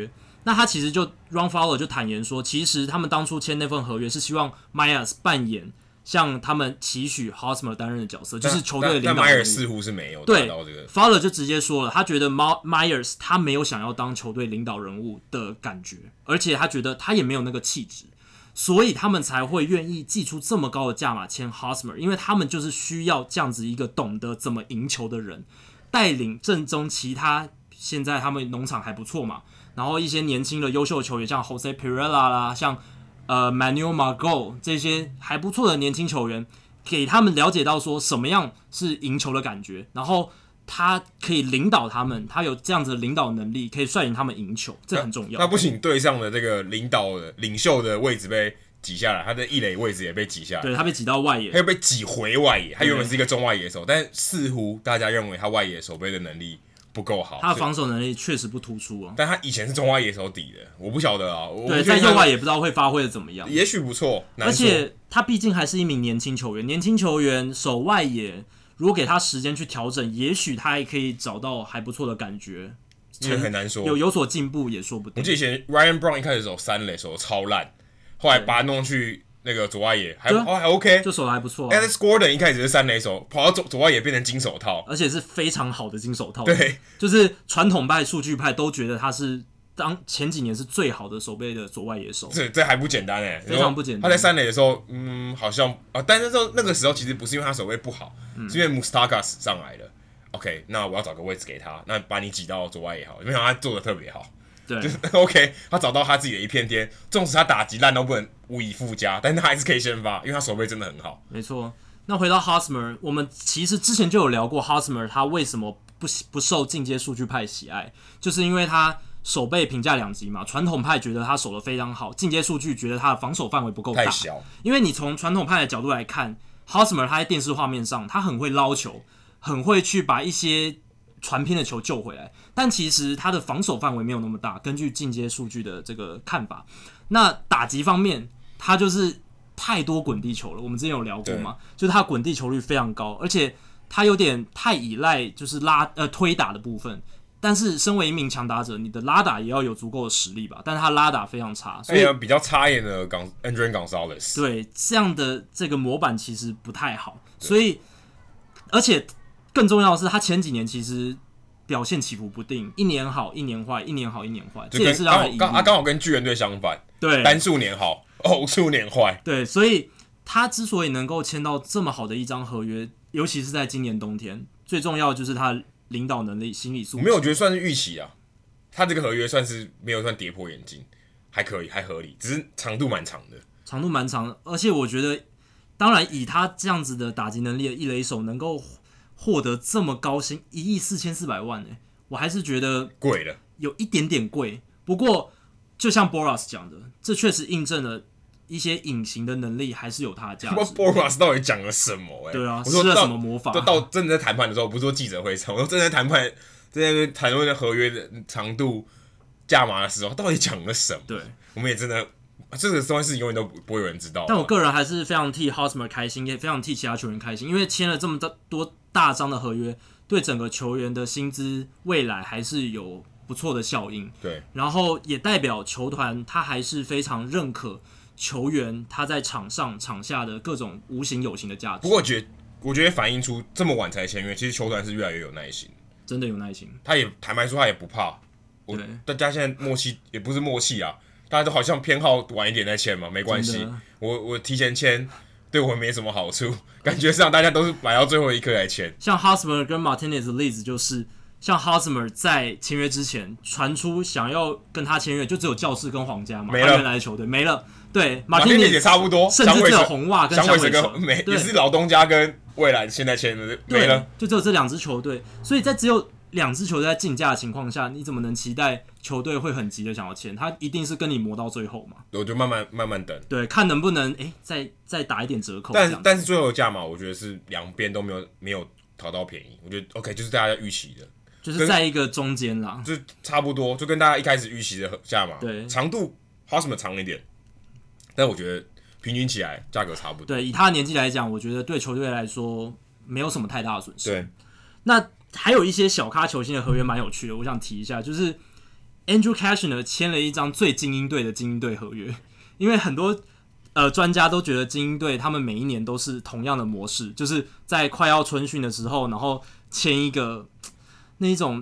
那他其实就 Ron Fowler 就坦言说，其实他们当初签那份合约是希望 Myers 扮演像他们期许 Hosmer 担任的角色，就是球队的领导人物。 但 Myers 似乎是没有达到这个。 Fowler 就直接说了，他觉得 Myers 他没有想要当球队领导人物的感觉，而且他觉得他也没有那个气质，所以他们才会愿意寄出这么高的价码签 Hosmer， 因为他们就是需要这样子一个懂得怎么赢球的人，带领阵中其他现在他们农场还不错嘛，然后一些年轻的优秀球员，像 Jose Pirela 啦，像Manuel Margot 这些还不错的年轻球员，给他们了解到说什么样是赢球的感觉，然后他可以领导他们，他有这样子的领导能力，可以率领他们赢球，这很重要。 那不仅队上的这个领袖的位置被挤下来，他的一垒位置也被挤下来， 对，他被挤到外野， 他又被挤回外野。他原本是一个中外野手，但似乎大家认为他外野守备的能力不够好， 他的防守能力确实不突出哦。 但他以前是中外野手底的，我不晓得啊。 对，在右外也不知道会发挥的怎么样， 也许不错。 而且他毕竟还是一名年轻球员，年轻球员守外野，如果给他时间去调整，也许他也可以找到还不错的感觉。 也很难说， 有所进步也说不定。 我记得以前 Ryan Brown 一开始守三垒守得超烂，后来把他弄去那个左外野，还 OK， 就守得还不错。 Alex Gordon 一开始是三垒手，跑到左外野变成金手套， 而且是非常好的金手套。 对， 就是传统派、数据派都觉得他是前几年是最好的守备的左外野手。 这还不简单非常不简单。 他在三垒的时候，好像但是那个时候其实不是因为他守备不好，是因为 Moustakas 上来了。OK， 那我要找个位置给他，那把你挤到左外野好，没想到他做的特别好。 对， 就是 OK， 他找到他自己的一片天，纵使他打击烂都不能无以复加，但是他还是可以先发，因为他手背真的很好。 没错。那回到 Hosmer， 我们其实之前就有聊过 Hosmer 他为什么不受进阶数据派喜爱，就是因为他手背评价两极嘛，传统派觉得他守得非常好，进阶数据觉得他的防守范围不够大， 太小。 因为你从传统派的角度来看 ，Hosmer 他在电视画面上他很会捞球，很会去把一些传偏的球救回来，但其实他的防守范围没有那么大。根据进阶数据的这个看法，那打击方面，他就是太多滚地球了。我们之前有聊过嘛，就是他滚地球率非常高，而且他有点太依赖就是推打的部分。但是身为一名强打者，你的拉打也要有足够的实力吧？但是他拉打非常差，所以比较差一点的Andren Gonzalez， 对这样的这个模板其实不太好，所以而且。更重要的是，他前几年其实表现起伏不定，一年好一年坏，一年好一年坏，这也是让人刚好跟巨人队相反， 对， 单数年好，偶数年坏， 对，所以他之所以能够签到这么好的一张合约，尤其是在今年冬天，最重要的就是他的领导能力、心理素质。 没有，我觉得算是预期啊，他这个合约算是没有算跌破眼镜，还可以，还合理，只是长度蛮长的， 而且我觉得，当然以他这样子的打击能力的一垒手能够获得这么高薪144,400,000我还是觉得贵了， 有一点点贵。不过，就像 Boras 讲的，这确实印证了一些隐形的能力还是有它的价值。 Boras 到底讲了什么？ 对啊， 我说施了什么魔法？ 到真的在谈判的时候，不是说记者会上，我说真的在谈判，在谈论合约的长度、价码的时候，到底讲了什么？ 对， 我们也真的。这个东西是永远都不会有人知道。 但我个人还是非常替 Hosmer 开心，也非常替其他球员开心，因为签了这么多大张的合约，对整个球员的薪资未来还是有不错的效应。 对， 然后也代表球团他还是非常认可球员他在场上场下的各种无形有形的价值。 不过我觉得反映出这么晚才签约，其实球团是越来越有耐心， 真的有耐心。 他也坦白说，他也不怕。大家现在默契也不是默契啊。大家都好像偏好晚一点再签嘛，没关系，我提前签对我没什么好处，感觉上大家都是摆到最后一刻来签。 像 Hosmer 跟 Martinez 的例子就是，像 Hosmer 在签约之前传出想要跟他签约，就只有教士跟皇家嘛，他原来的球队没了。对 ，Martinez 也差不多， 甚至只有红袜跟响尾蛇， 也是老东家跟未来现在签的没了， 就只有这两支球队，所以在只有两支球队在竞价的情况下，你怎么能期待球队会很急的想要签？他一定是跟你磨到最后嘛。 我就慢慢等， 对，看能不能再打一点折扣。 但是最后的价码，我觉得是两边都没有讨到便宜。我觉得 OK， 就是大家预期的， 就是在一个中间啦， 就差不多，就跟大家一开始预期的价码。 对， 长度 Hosmer 长一点，但我觉得平均起来价格差不多。 对，以他的年纪来讲，我觉得对球队来说没有什么太大的损失。 对， 那还有一些小咖球星的合约蛮有趣的，我想提一下，就是 Andrew Cashner 签了一张最精英队的精英队合约，因为很多专家都觉得精英队他们每一年都是同样的模式，就是在快要春训的时候，然后签一个那一种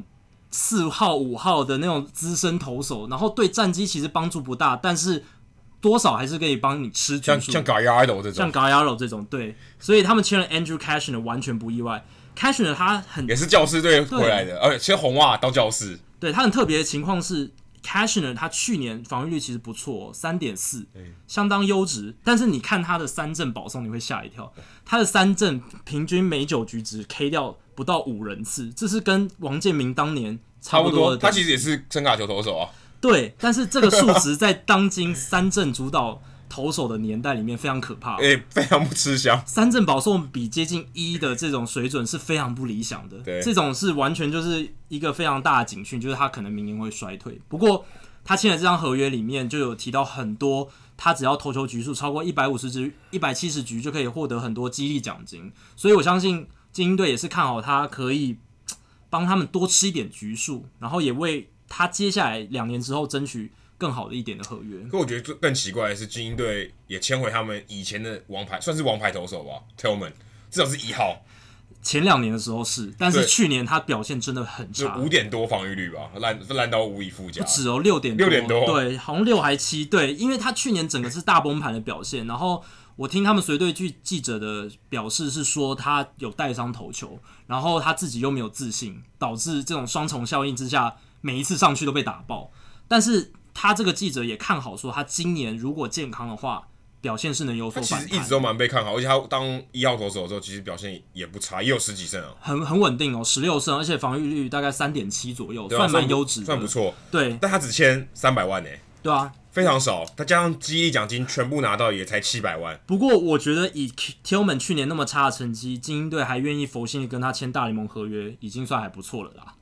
4号、5号的那种资深投手，然后对战绩其实帮助不大，但是多少还是可以帮你吃局数， 像 Gallardo 这种， 像 Gallardo 这种，对，所以他们签了 Andrew Cashner 完全不意外。Cashner 他也是教士队回来的，而且签红袜到教士。 对，他很特别的情况是 Cashner 他去年防御率其实不错，3.4，相当优质。但是你看他的三振保送，你会吓一跳，他的三振平均每9局只 K 掉不到5人次，这是跟王建民当年差不多的。 他其实也是声卡球投手啊。 对，但是这个数值在当今三振主导投手的年代里面非常可怕， 非常不吃香。 三振保送比接近1的这种水准是非常不理想的，这种是完全就是一个非常大的警讯，就是他可能明年会衰退。不过他签的这张合约里面就有提到很多，他只要投球局数超过150局、170局就可以获得很多激励奖金，所以我相信精英队也是看好他可以帮他们多吃一点局数，然后也为他接下来2年之后争取更好的一点的合约。 可我觉得更奇怪的是，精英队也签回他们以前的王牌，算是王牌投手吧 ，Tillman， 至少是1号。 前2年的时候是，但是去年他表现真的很差 ，5点多防御率吧，烂到无以复加。 不止哦，6点多，对，好像6还7，对，因为他去年整个是大崩盘的表现，然后我听他们随队记者的表示是说他有带伤投球，然后他自己又没有自信，导致这种双重效应之下，每一次上去都被打爆。但是他这个记者也看好说，他今年如果健康的话，表现是能有所反弹。 他其实一直都蛮被看好，而且他当1号投手的时候，其实表现也不差，也有10几胜啊， 很稳定哦，16胜，而且防御率大概3.7左右，算蛮优质的， 算不错。 对， 但他只签300万对啊， 非常少，他加上激励奖金全部拿到也才700万。 不过我觉得以 Tillman 去年那么差的成绩，精英队还愿意佛心的跟他签大联盟合约，已经算还不错了啦。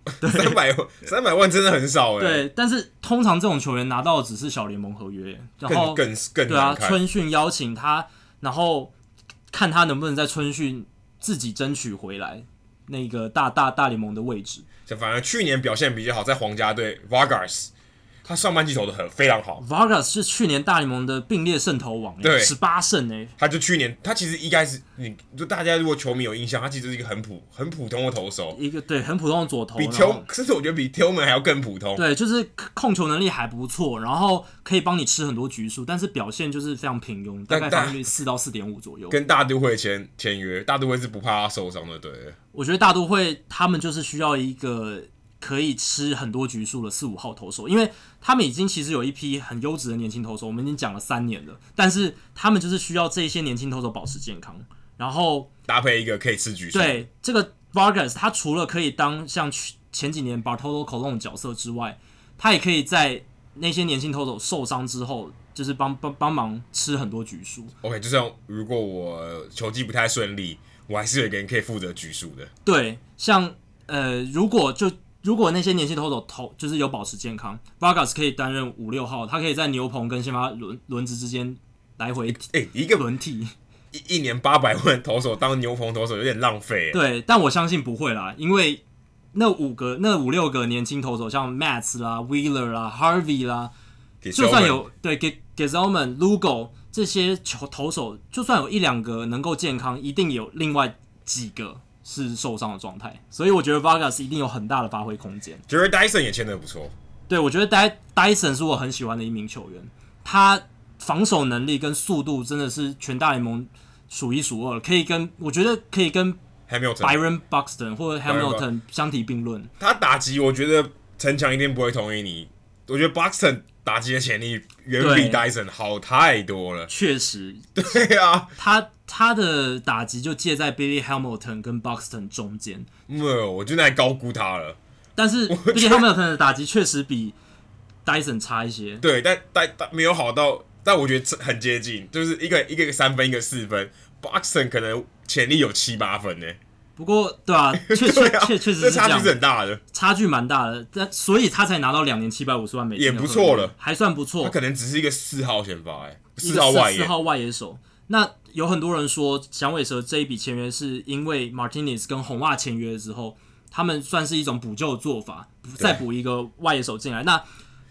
300万真的很少对，但是通常这种球员拿到的只是小联盟合约，然后更对啊，春训邀请他，然后看他能不能在春训自己争取回来那个大联盟的位置。 反而去年表现比较好，在皇家队 Vargas。他上半季投的非常好 ，Vargas 是去年大联盟的并列胜投王，18胜他就去年，他其实一开始，就大家如果球迷有印象，他其实是一个很普通的投手， 一个对很普通的左投， 甚至我觉得比 Tillman 还要更普通。 对，就是控球能力还不错，然后可以帮你吃很多局数，但是表现就是非常平庸，大概防御率4到4.5左右。 跟大都会签约，大都会是不怕他受伤的，对。 我觉得大都会他们就是需要一个可以吃很多局数的4、5号投手，因为他们已经其实有一批很优质的年轻投手，我们已经讲了3年了，但是他们就是需要这些年轻投手保持健康，然后搭配一个可以吃局数。 对，这个 Vargas 他除了可以当像前几年 Bartolo Colon 的角色之外，他也可以在那些年轻投手受伤之后，就是帮忙吃很多局数。 OK， 就像如果我球技不太顺利，我还是有一个人可以负责局数的。 对，像如果那些年轻投手就是有保持健康 ，Vargas 可以担任5、6号，他可以在牛棚跟先发轮值之间来回一个轮替。 一年800万投手当牛棚投手有点浪费。 对，但我相信不会啦，因为那5、6个年轻投手，像 Matz 啦、Wheeler 啦、Harvey 啦，就算有对 Gesellman、Lugo 这些投手，就算有1、2个能够健康，一定有另外几个是受伤的状态，所以我觉得 Vargas 一定有很大的发挥空间。 觉得 Dyson 也签得不错， 对，我觉得 Dyson 是我很喜欢的一名球员，他防守能力跟速度真的是全大联盟数1数2，我觉得可以跟 Byron Buxton 或者 Hamilton 相提并论。 他打击，我觉得陈强一定不会同意你。我觉得 Buxton 打击的潜力远比 Dyson 好太多了。 确实， 对啊， 他的打击就介在 Billy Hamilton 跟 Buxton 中间。 我觉得还高估他了。 但是 Billy Hamilton 的打击确实比 Dyson 差一些。 对，但没有好到，但我觉得很接近，就是一个3分，一个4分。Buxton 可能潜力有7、8分呢。 不过，对啊，确实是这样， 差距是很大的， 差距蛮大的，所以他才拿到2年750万美金， 也不错了， 还算不错。 他可能只是一个4号先发 ，4号外野手。那有很多人说，响尾蛇这一笔签约是因为 Martinez 跟红袜签约之后，他们算是一种补救的做法，再补一个外野手进来。那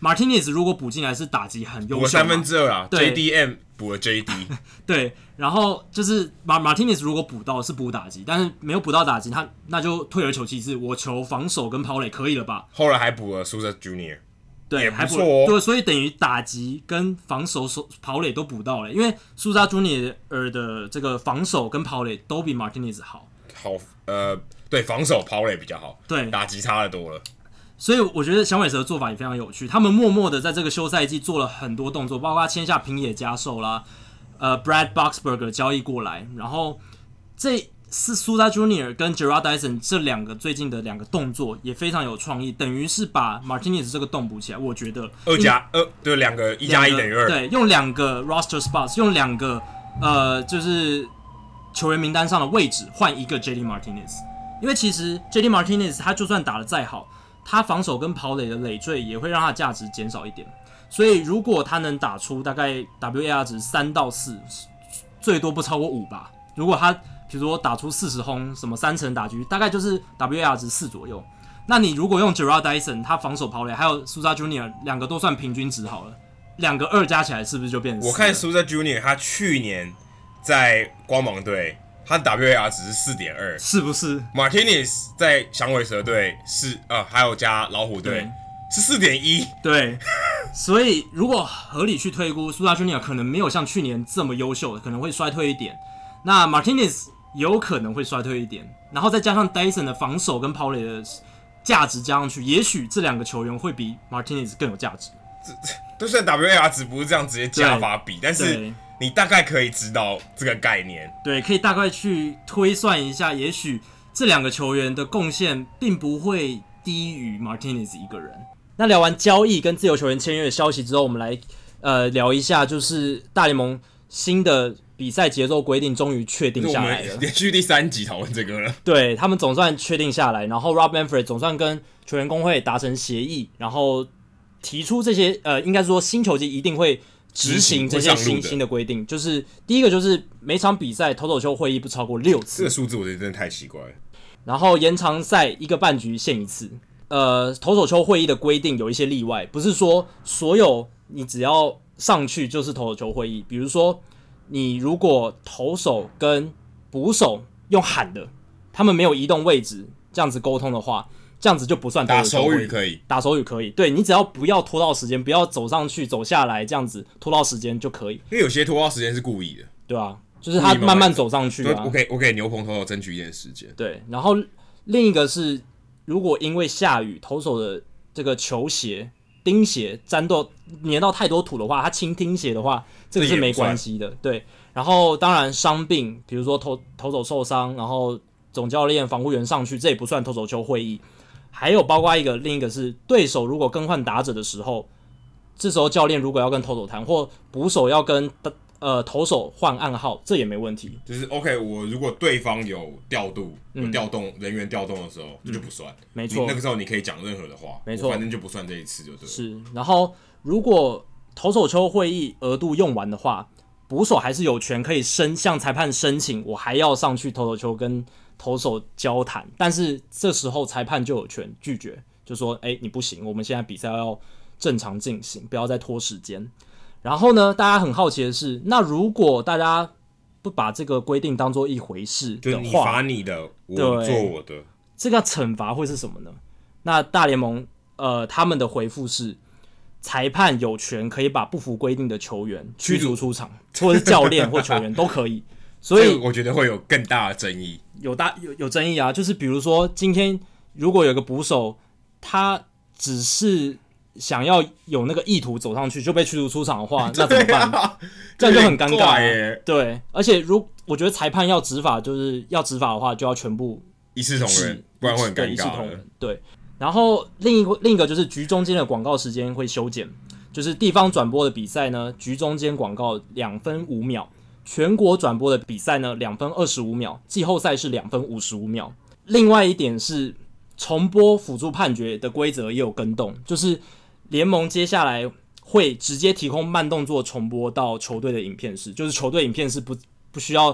Martinez 如果补进来是打击很优秀， 补了2/3啦对 ，JDM 补了 JD， 对，然后就是 Martinez 如果补到是补打击，但是没有补到打击，他那就退而求其次，我求防守跟跑垒可以了吧？ 后来还补了 Souza Junior， 对， 也不错哦。 对，所以等于打击跟防守跑垒都补到了，因为Souza Junior 的这个防守跟跑垒都比 Martinez 好。 对，防守跑垒比较好， 对， 打击差的多了。 所以我觉得响尾蛇的做法也非常有趣，他们默默的在这个休赛季做了很多动作，包括签下平野加寿啦，Brad Boxberger 交易过来，然后这是Souza Junior 跟 Gerard Dyson 这两个最近的两个动作也非常有创意，等于是把 Martinez 这个洞补起来。我觉得 2+2，对，2个1+1等于2， 对，用2个 roster spots， 用2个就是球员名单上的位置换一个 JD Martinez， 因为其实 JD Martinez 他就算打得再好，他防守跟跑垒的累赘也会让他的价值减少一点，所以如果他能打出大概 WAR 值3到4，最多不超过5吧。如果他比如说打出40轰，什么3成打局，大概就是 WAR 值4左右。那你如果用 Gerard Dyson， 他防守跑垒还有 Souza Junior 两个都算平均值好了，2个2加起来是不是就变成4了？ 我看 Souza Junior 他去年在光芒队，他的 WAR 值是 4.2， 是不是 ？Martinez 在响尾蛇队是还有加老虎队是 4.1， 对，所以如果合理去推估，Souza Junior 可能没有像去年这么优秀，可能会衰退一点。那 Martinez 有可能会衰退一点，然后再加上 Dyson 的防守跟跑垒的价值加上去，也许这2个球员会比 Martinez 更有价值。 就算 WAR 值不是这样直接加法比，但是你大概可以知道这个概念。 对，可以大概去推算一下，也许这2个球员的贡献并不会低于 Martinez 一个人。那聊完交易跟自由球员签约的消息之后，我们来聊一下，就是大联盟新的比赛节奏规定终于确定下来了。 我们连续第3集讨论这个了。 对，他们总算确定下来，然后 Rob Manfred 总算跟球员工会达成协议，然后提出这些应该说新球季一定会执行这些新的规定。就是第一个就是每场比赛投手球会议不超过6次， 这个数字我觉得真的太奇怪了。 然后延长赛1个半局限1次。投手球会议的规定有一些例外，不是说所有你只要上去就是投手球会议。比如说，你如果投手跟捕手用喊的，他们没有移动位置，这样子沟通的话，这样子就不算投手球会议。 打手语可以， 打手语可以。对，你只要不要拖到时间，不要走上去走下来，这样子拖到时间就可以。 因为有些拖到时间是故意的， 对啊，就是他慢慢走上去啊。 我给牛棚投手争取一点时间。 对，然后另一个是，如果因为下雨，投手的这个球鞋、钉鞋粘到太多土的话，他清钉鞋的话，这个是没关系的。对，然后当然伤病，比如说投手受伤，然后总教练、防护员上去，这也不算投手球会议。还有包括另一个是对手如果更换打者的时候，这时候教练如果要跟投手谈，或捕手要跟投手换暗号，这也没问题。 就是 OK， 我如果对方有调度、有调动人员调动的时候，这就不算。 没错， 那个时候你可以讲任何的话， 没错， 反正就不算这一次就对了。 是，然后如果投手球会议额度用完的话，捕手还是有权可以向裁判申请，我还要上去投手球跟投手交谈，但是这时候裁判就有权拒绝，就说你不行，我们现在比赛要正常进行，不要再拖时间。然后呢，大家很好奇的是，那如果大家不把这个规定当做一回事的话， 就是你罚你的，我做我的， 这个惩罚会是什么呢？那大联盟他们的回复是，裁判有权可以把不符规定的球员驱逐出场，或者是教练或球员都可以。所以我觉得会有更大的争议， 有争议啊。就是比如说，今天如果有个捕手，他只是想要有那个意图走上去就被驱逐出场的话，那怎么办？这样就很尴尬耶。对，而且我觉得裁判要执法，就是要执法的话，就要全部一视同仁，不然会很尴尬。 一视同仁，对。然后另一个就是局中间的广告时间会修剪，就是地方转播的比赛呢，局中间广告2分5秒，全国转播的比赛呢2分25秒，季后赛是2分55秒。另外一点是重播辅助判决的规则也有更动，就是联盟接下来会直接提供慢动作重播到球队的影片室，就是球队影片室不需要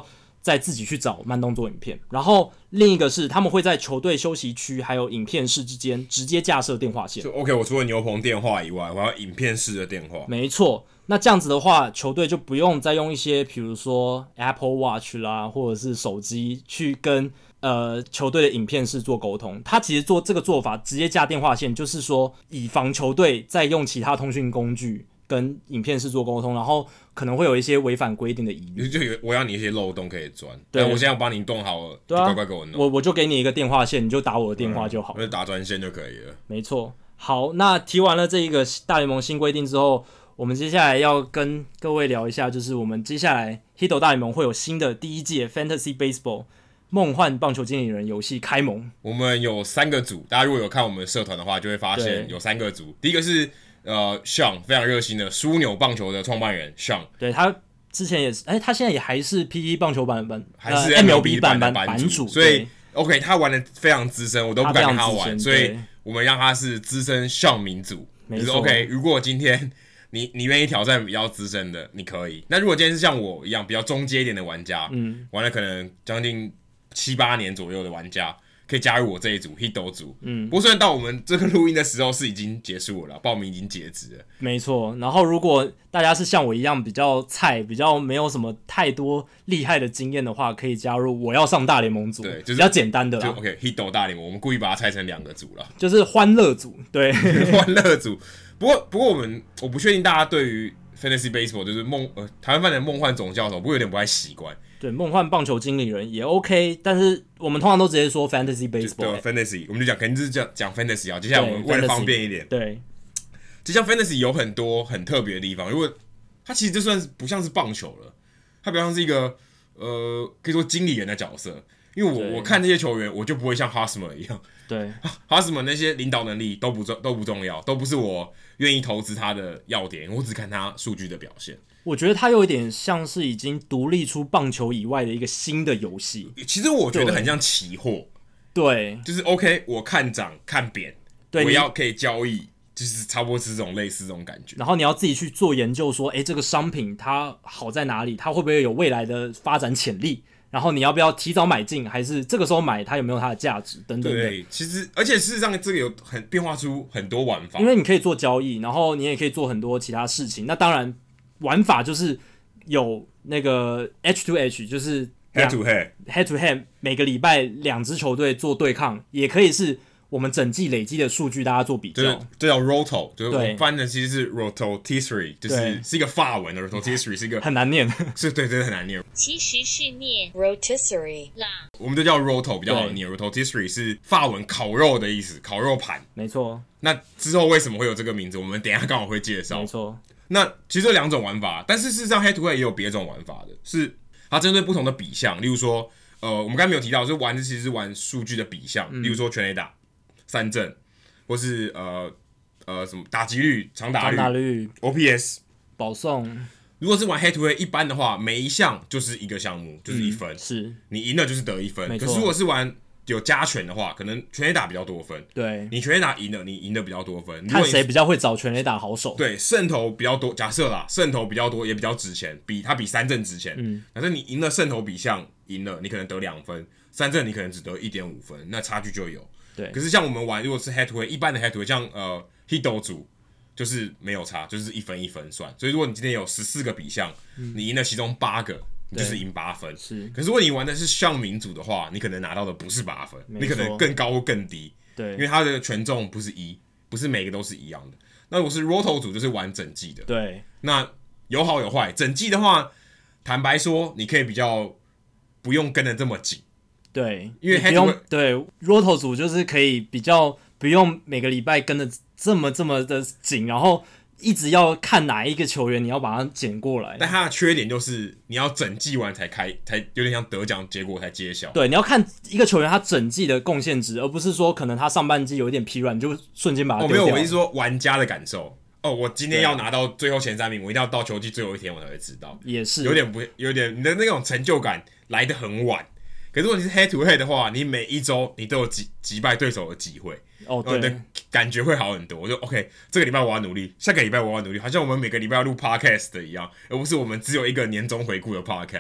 再自己去找慢动作影片。然后另一个是他们会在球队休息区还有影片室之间直接架设电话线。 就 OK， 我除了牛棚电话以外，我要影片室的电话。 没错，那这样子的话，球队就不用再用一些比如说 Apple Watch 啦，或者是手机去跟球队的影片室做沟通。他其实做这个做法直接架电话线，就是说以防球队再用其他通讯工具跟影片室做沟通，然后可能会有一些违反规定的疑虑。 就我要你一些漏洞可以钻， 对， 我现在帮你动好了， 对啊， 就乖乖给我弄。 我就给你一个电话线，你就打我的电话就好， 我就打专线就可以了。 没错。好，那提完了这一个大联盟新规定之后，我们接下来要跟各位聊一下，就是我们接下来 Hito 大联盟会有新的第一届 Fantasy Baseball 梦幻棒球经理人游戏开盟。 我们有3个组，大家如果有看我们社团的话，就会发现有3个组。第一个是Sean 非常热心的枢纽棒球的创办人 Sean， 对，他之前也是，他现在也还是 PT 棒球版还是 MLB 版的版主， 所以 OK 他玩的非常资深，我都不敢跟他玩，所以我们让他是资深Sean民主，就是 OK。如果今天你愿意挑战比较资深的，你可以。那如果今天是像我一样比较中阶一点的玩家，玩了可能将近7-8年左右的玩家，可以加入我这一组 Hito 组。不过虽然到我们这个录音的时候是已经结束了，报名已经截止了。 没错。然后如果大家是像我一样比较菜，比较没有什么太多厉害的经验的话，可以加入我要上大联盟组，对，就是比较简单的啦。 就 OK Hito 大联盟，我们故意把它拆成2个组了， 就是欢乐组，对， 欢乐组。不过我不确定大家对于 Fantasy Baseball 就是台湾版的梦幻总教头，不过有点不太习惯。 对，梦幻棒球经理人也 OK， 但是我们通常都直接说 Fantasy Baseball。 对 Fantasy， 我们就肯定是讲 Fantasy 啊。接下来我们为了方便一点， 对， 就像 Fantasy 有很多很特别的地方。如果它其实就算是不像是棒球了，它比较像是一个可以说经理人的角色。因为我看这些球员，我就不会像 Hosmer 一样， 对 Hosmer 那些领导能力都不重要，都不是我愿意投资他的要点，我只看他数据的表现。 我觉得他有一点像是已经独立出棒球以外的一个新的游戏。 其实我觉得很像期货， 对， 就是 OK， 我看涨看贬， 对， 我要可以交易，就是差不多是这种类似这种感觉。 然后你要自己去做研究，说，这个商品它好在哪里，它会不会有未来的发展潜力？然后你要不要提早买进，还是这个时候买它有没有它的价值等等的。 对，其实而且事实上这个有变化出很多玩法， 因为你可以做交易，然后你也可以做很多其他事情。那当然玩法就是有那个 H2H， 就是 head to head， 每个礼拜2支球队做对抗，也可以是我们整季累积的数据大家做比较， 这叫 Roto， 就是我翻的其实是 Rototisserie， 就是一个法文的 Rototisserie， 是一个很难念， 是对，真的很难念。 其实是念 Rotisserie 啦， 我们都叫 Roto 比较好念 ，Rototisserie 是法文烤肉的意思，烤肉盘。 没错。 那之后为什么会有这个名字？我们等一下刚好会介绍。 没错。 那其实这2种玩法，但是事实上 Head to Head 也有别种玩法的，是它针对不同的比项，例如说，我们刚才没有提到，就是其实是玩数据的比项，例如说全垒打、三振，或是什么打击率、长打率、OPS、 保送。 如果是玩 Head to Head 一般的话，每一项就是一个项目，就是1分， 是你赢了就是得1分。可是如果是玩有加权的话，可能全垒打比较多分。 对， 你全垒打赢了，你赢的比较多分。 看谁比较会找全垒打好手。 对，胜投比较多，假设啦，胜投比较多也比较值钱，比三振值钱。假设你赢了胜投比项赢了，你可能得2分，三振你可能只得1.5分，那差距就有。 对。 可是像我们玩，如果是 head to head 一般的 head to head， 像Hito 组就是没有差，就是1分1分算。所以如果你今天有14个比项，你赢了其中8个。你就是赢8分， 是。 可是如果你玩的是像民主的话，你可能拿到的不是8分，你可能更高或更低。 对， 因为它的权重不是1，不是每个都是一样的。那我是 Roto 组，就是玩整季的。 对， 那有好有坏。整季的话，坦白说，你可以比较不用跟得这么紧。 对， 因为不用对 Roto 组就是可以比较不用每个礼拜跟得这么的紧，然后一直要看哪一个球员，你要把它捡过来。 但它的缺点就是你要整季完才有点像得奖结果才揭晓。 对，你要看一个球员他整季的贡献值，而不是说可能他上半季有一点疲软，你就瞬间把他丢掉。 没有，我是说玩家的感受。我今天要拿到最后前3名，我一定要到球季最后一天我才会知道。 也是有点你的那种成就感来得很晚。可是如果你是 head to head 的话，你每一周你都有击败对手的机会， 对， 你的感觉会好很多。我就 OK， 这个礼拜我要努力，下个礼拜我要努力，好像我们每个礼拜要录 podcast 的一样，而不是我们只有一个年终回顾的 podcast。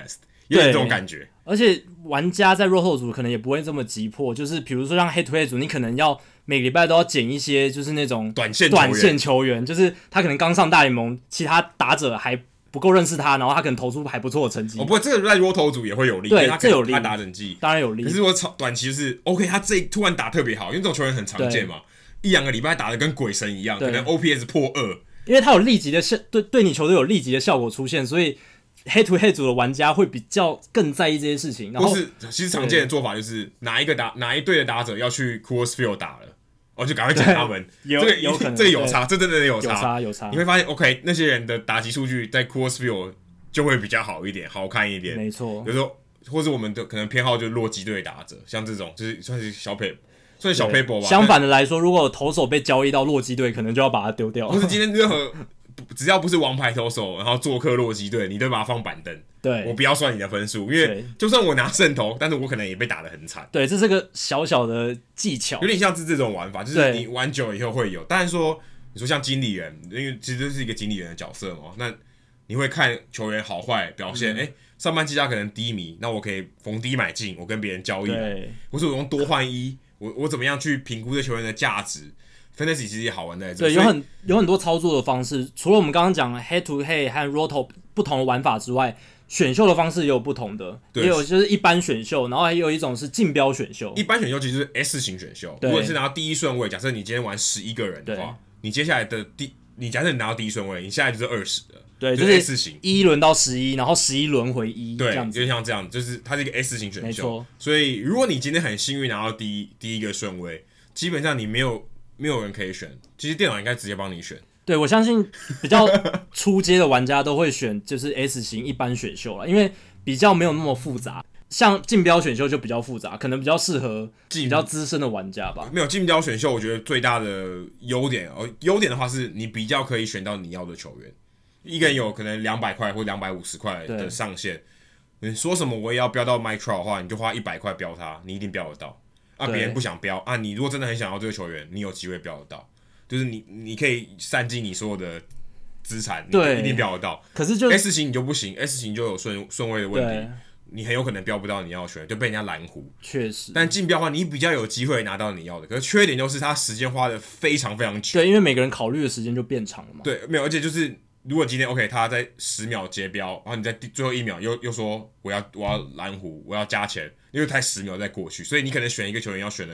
有点这种感觉。 而且玩家在Roto 组可能也不会这么急迫，就是比如说像 Head to Head 组，你可能要每个礼拜都要捡一些就是那种短线球员，就是他可能刚上大联盟，其他打者还不够认识他，然后他可能投出还不错的成绩。 不过这个在 Roto 组也会有利， 对， 因为这有利， 他打整季当然有利。 可是我短期就是 OK， 他这突然打特别好，因为这种球员很常见嘛，一两个礼拜打得跟鬼神一样，可能 OPS 破2， 因为他有立即的对你球队有立即的效果出现，所以 Head to Head 组的玩家会比较更在意这些事情。然后或是其实常见的做法就是哪一队的打者要去 Coors Field 打了，我就赶快捡他们。 有可能这个有差，这真的有差。你会发现 OK， 那些人的打击数据在 Coors Field 就会比较好一点，好看一点。 没错， 有时候或是我们的可能偏好就是洛基队打者，像这种就是算是小 paper 吧。 相反的来说，如果投手被交易到洛基队，可能就要把它丢掉。 或是今天任何只要不是王牌投手，然后做客洛基队，你都把它放板凳。 对， 我不要算你的分数，因为就算我拿胜投，但是我可能也被打得很惨。 对，这是个小小的技巧， 有点像是这种玩法，就是你玩久了以后会有。但是说，你说像经理人，因为其实这是一个经理人的角色嘛，那你会看球员好坏表现。上半季他可能低迷，那我可以逢低买进，我跟别人交易，或是我用多换一，我怎么样去评估这球员的价值。Fantasy 其实也好玩在这， 对，有很多操作的方式，除了我们刚刚讲 Head to Head 和 Roto 不同的玩法之外，选秀的方式也有不同的，也有就是一般选秀，然后还有一种是竞标选秀。 一般选秀其实就是 S 型选秀，如果是拿到第一顺位，假设你今天玩11个人的话，你接下来的你假设你拿到第一顺位，你现在就是20了， 对， 就是 S 型 ，1轮到11，然后11轮回1， 对， 这样子， 就像这样，就是它是一个 S 型选秀， 没错。 所以如果你今天很幸运拿到第一个顺位，基本上你没有人可以选，其实电脑应该直接帮你选。 对，我相信比较初阶的玩家都会选就是 S 型一般选秀啦，因为比较没有那么复杂。像竞标选秀就比较复杂，可能比较适合比较资深的玩家吧。 没有竞标选秀，我觉得最大的优点的话是你比较可以选到你要的球员，一个人有可能200块或250块的上限。你说什么我也要标到 Mike Trout 的话，你就花100块标他，你一定标得到。别人不想标啊，你如果真的很想要这个球员，你有机会标得到。就是你可以散尽你所有的资产，你一定标得到。 可是就 S 型你就不行 ，S 型就有顺位的问题，你很有可能标不到你要的球员，就被人家蓝湖。 确实， 但竞标的话，你比较有机会拿到你要的。可是缺点就是它时间花的非常非常久。 对，因为每个人考虑的时间就变长了嘛。 对，没有，而且就是如果今天 OK， 他在10秒接标，然后你在最后1秒又说我要蓝湖，我要加钱，因为才10秒再过去，所以你可能选一个球员要选了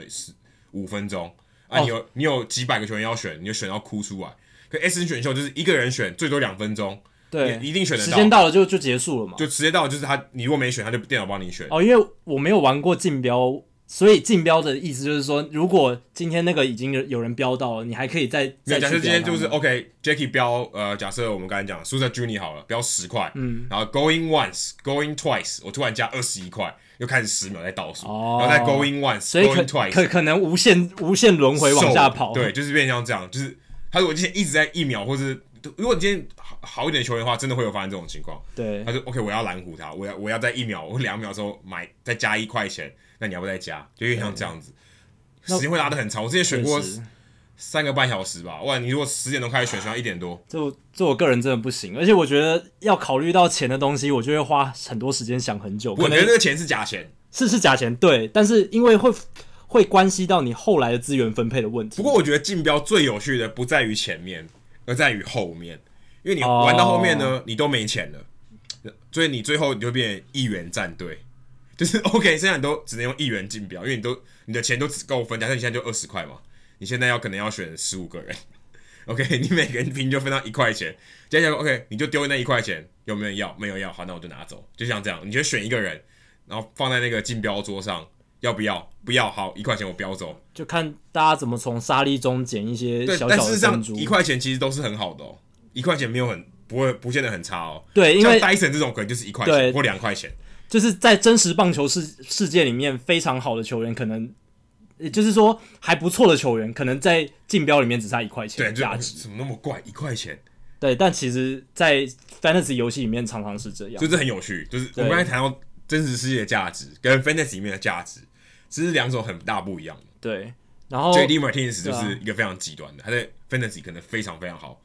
5分钟。你有几百个球员要选，你就选到哭出来。可 S 型选秀就是一个人选最多2分钟， 对， 一定选得到。 时间到了就结束了嘛。 就时间到了，就是你如果没选，他就电脑帮你选。 因为我没有玩过竞标，所以竞标的意思就是说，如果今天那个已经有人标到了，你还可以再假设今天就是 OK，Jackie 标假设我们刚才讲 Souza Junior 好了，标10块，然后 Going once，Going twice， 我突然加21块。又开始10秒在倒数，然后再 going once， 所以 going twice， 可能无限轮回往下跑。 对，就是变成像这样，就是他如果今天一直在1秒，或是如果你今天好一点的球员的话，真的会有发生这种情况。 对， 他就 OK， 我要蓝湖他，我要在1秒或2秒之后买，再加1块钱，那你要不要再加？就有点像这样子，时间会拉得很长。我之前选过3个半小时吧，哇！你如果10点钟开始选到1点多， 这我个人真的不行，而且我觉得要考虑到钱的东西，我就会花很多时间想很久。 我觉得那个钱是假钱， 是假钱，对，但是因为会关系到你后来的资源分配的问题。 不过我觉得竞标最有趣的不在于前面，而在于后面，因为你玩到后面呢，你都没钱了，所以你最后你就变成1元战队，就是 OK， 现在你都只能用1元竞标，因为你的钱都只够分，假设你现在就20块嘛。你现在可能要选15个人 ，OK， 你每个人平均就分到1块钱，接下来 OK， 你就丢那1块钱，有没有人要？没有要，好，那我就拿走，就像这样，你就选一个人，然后放在那个竞标桌上，要不要？不要，好，1块钱我标走， 就看大家怎么从沙粒中捡一些小小的珍珠。 但事实上1块钱其实都是很好的哦，1块钱没有不见得很差哦。 对，因为像 Dyson 这种可能就是1块钱或2块钱， 就是在真实棒球世界里面非常好的球员可能。也就是说，还不错的球员，可能在竞标里面只差1块钱的价值。 怎么那么怪？1块钱？ 对，但其实，在 Fantasy 游戏里面常常是这样， 所以这很有趣。就是我们刚才谈到真实世界的价值跟 Fantasy 里面的价值，这是2种很大不一样的。 对，然后 JD Martinez 就是一个非常极端的，他在 Fantasy 可能非常非常好，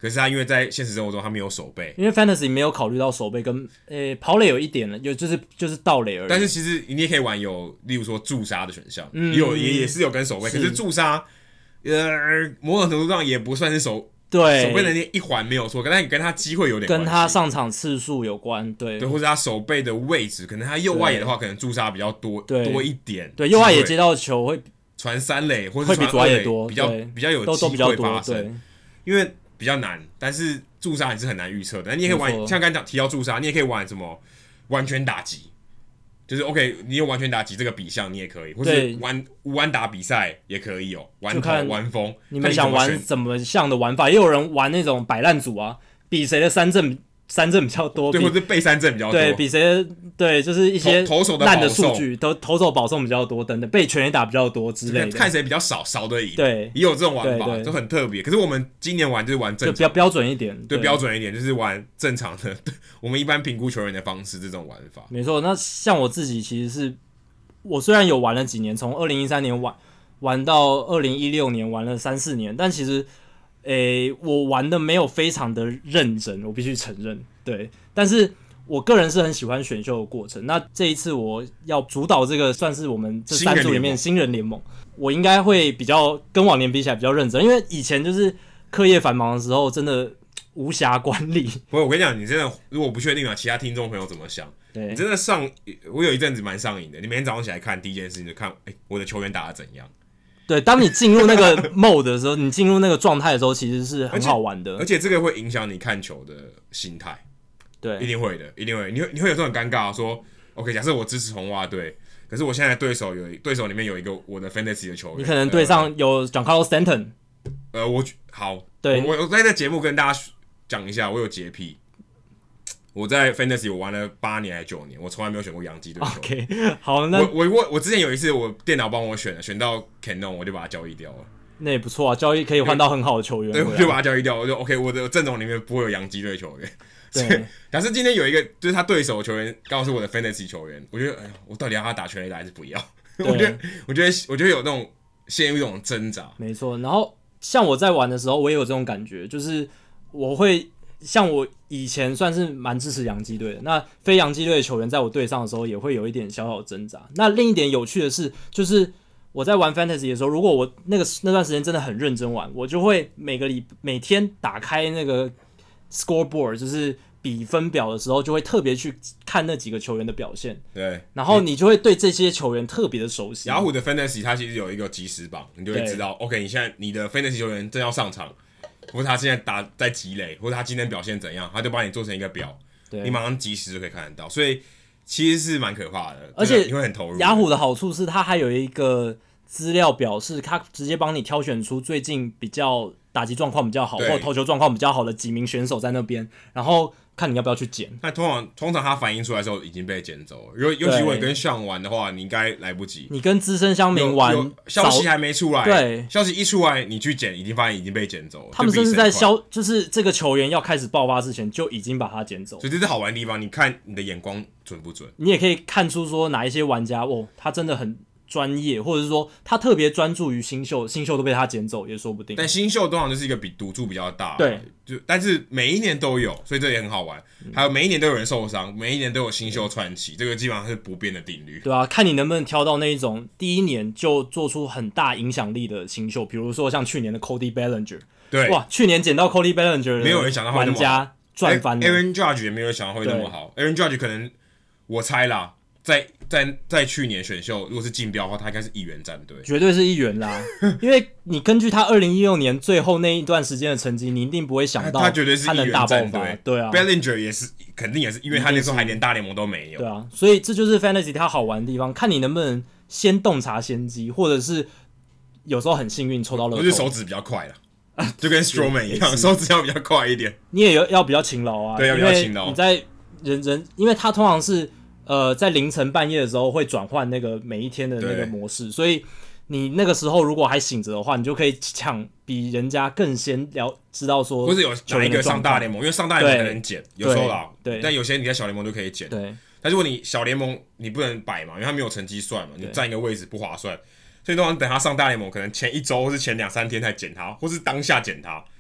可是他因为在现实生活中他没有手背， 因为 Fantasy 没有考虑到手背跟跑垒有一点了，就是盗垒而已。 但是其实你也可以玩有例如说助杀的选项，也是有跟手背，可是助杀某种程度上也不算是手背的那一环没有错，但你跟他机会有点关系， 跟他上场次数有关，对， 或者他手背的位置，可能他右外野的话，可能助杀比较多一点， 对，右外野接到球会传3垒或者会比左外野多， 比较有机会发生，因为比较难，但是助杀还是很难预测的。你也可以玩，像刚才提到助杀，你也可以玩什么完全打击。就是 OK， 你有完全打击这个比项，你也可以，或是玩无安打比赛也可以有，玩头玩风。 你们想玩怎么像的玩法？也有人玩那种摆烂组啊，比谁的三振比较多， 对，或者背三振比较多， 对比谁的对，就是一些投手的烂的数据，投手保送比较多等等，被全垒打比较多之类的， 看谁比较少的赢。 对， 也有这种玩法，就很特别。可是我们今年玩就是玩正常， 就比较标准一点， 对，标准一点就是玩正常的，我们一般评估球员的方式这种玩法。 没错，那像我自己其实是，我虽然有玩了几年，从2013年玩到2016年，玩了3-4年，但其实。我玩的没有非常的认真，我必须承认，对。但是我个人是很喜欢选秀的过程。那这一次我要主导这个，算是我们这3组里面新人联盟，我应该会比较跟往年比起来比较认真，因为以前就是课业繁忙的时候，真的无暇观礼。 不过我跟你讲，你真的如果不确定其他听众朋友怎么想，你真的我有一阵子蛮上瘾的。你每天早上起来看第一件事情就看，我的球员打得怎样。 对，当你进入那个 mode 的时候，你进入那个状态的时候，其实是很好玩的。 而且这个会影响你看球的心态， 对， 一定会的，一定会。你会有这种尴尬说 ，OK， 假设我支持红袜队，可是我现在对手里面有一个我的 fantasy 的球员， 你可能对上有 Giancarlo Stanton， 对，我在这节目跟大家讲一下，我有洁癖。我在 Fantasy 我玩了8年还是9年，我从来没有选过洋基队球员。 OK， 好，那我之前有一次我电脑帮我选到 Canon， 我就把它交易掉了。 那也不错啊，交易可以换到很好的球员。 对，我就把它交易掉，我就 OK， 我的阵容里面不会有洋基队球员。 对， 假设今天有一个就是他对手的球员刚好是我的 Fantasy 球员，我觉得我到底要他打全垒打还是不要？我觉得有那种陷入一种挣扎。 没错，然后像我在玩的时候，我也有这种感觉，就是我会。像我以前算是蛮支持洋基队的，那非洋基队的球员在我队上的时候，也会有一点小小的挣扎。那另一点有趣的是，就是我在玩 Fantasy 的时候，如果我那段时间真的很认真玩，我就会每天打开那个 scoreboard， 就是比分表的时候，就会特别去看那几个球员的表现。 对，然后你就会对这些球员特别的熟悉。 雅虎的 Fantasy 它其实有一个即时榜，你就会知道 ，OK， 你现在你的 Fantasy 球员正要上场。或者他现在在积累，或者他今天表现怎样，他就把你做成一个表，你马上即时就可以看得到，所以其实是蛮可怕的， 而且你会很投入。 雅虎的好处是它还有一个资料表，是它直接帮你挑选出最近比较打击状况比较好，或者投球状况比较好的几名选手在那边，然后看你要不要去捡。 那通常它反映出来的时候已经被捡走了，尤其如果你跟Sean玩的话，你应该来不及。 你跟资深乡民玩， 消息还没出来， 对， 消息一出来，你去捡，已经发现已经被捡走了。 他们甚至在就是这个球员要开始爆发之前，就已经把他捡走。 所以这是好玩的地方，你看你的眼光准不准？ 你也可以看出说哪一些玩家他真的很专业，或者是说他特别专注于新秀都被他捡走也说不定。 但新秀通常就是一个比赌注比较大， 对， 但是每一年都有，所以这也很好玩。还有每一年都有人受伤，每一年都有新秀窜起，这个基本上是不变的定律。 对啊，看你能不能挑到那一种第一年就做出很大影响力的新秀，比如说像去年的 Cody Bellinger， 对， 哇，去年捡到 Cody Bellinger， 没有人想到会那么好， 玩家赚翻了。 Aaron Judge 也没有想到会那么好 ，Aaron Judge 可能我猜啦。在去年选秀，如果是竞标的话，他应该是1员战队， 绝对是1员啦。因为你根据他2016年最后那一段时间的成绩，你一定不会想到他绝对是他能大爆发。对啊 ，Bellinger 也是，肯定也是，因为他那时候还连大联盟都没有。 对啊，所以这就是 Fantasy 它好玩的地方，看你能不能先洞察先机，或者是有时候很幸运抽到乐透， 就是手指比较快啦，就跟 Stroman 一样，手指要比较快一点。 你也要比较勤劳啊， 对，要比较勤劳。 你在因为他通常是。在凌晨半夜的时候会转换那个每一天的那个模式，所以你那个时候如果还醒着的话，你就可以抢比人家更先知道说， 或者有哪一个上大联盟，因为上大联盟才能捡，有时候啦， 对， 但有些你在小联盟就可以捡， 对。 但如果你小联盟你不能摆嘛，因为他没有成绩算嘛，你占一个位置不划算，所以通常等他上大联盟，可能前1周或是前2-3天才捡他，或是当下捡他。 对，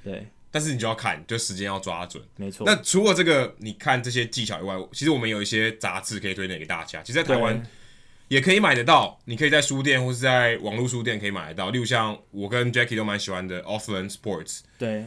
但是你就要看，就时间要抓准。 没错。 那除了这个，你看这些技巧以外，其实我们有一些杂志可以推荐给大家。其实，在台湾也可以买得到，你可以在书店或是在网络书店可以买得到。例如像我跟 Jackie 都蛮喜欢的 Offline Sports， 对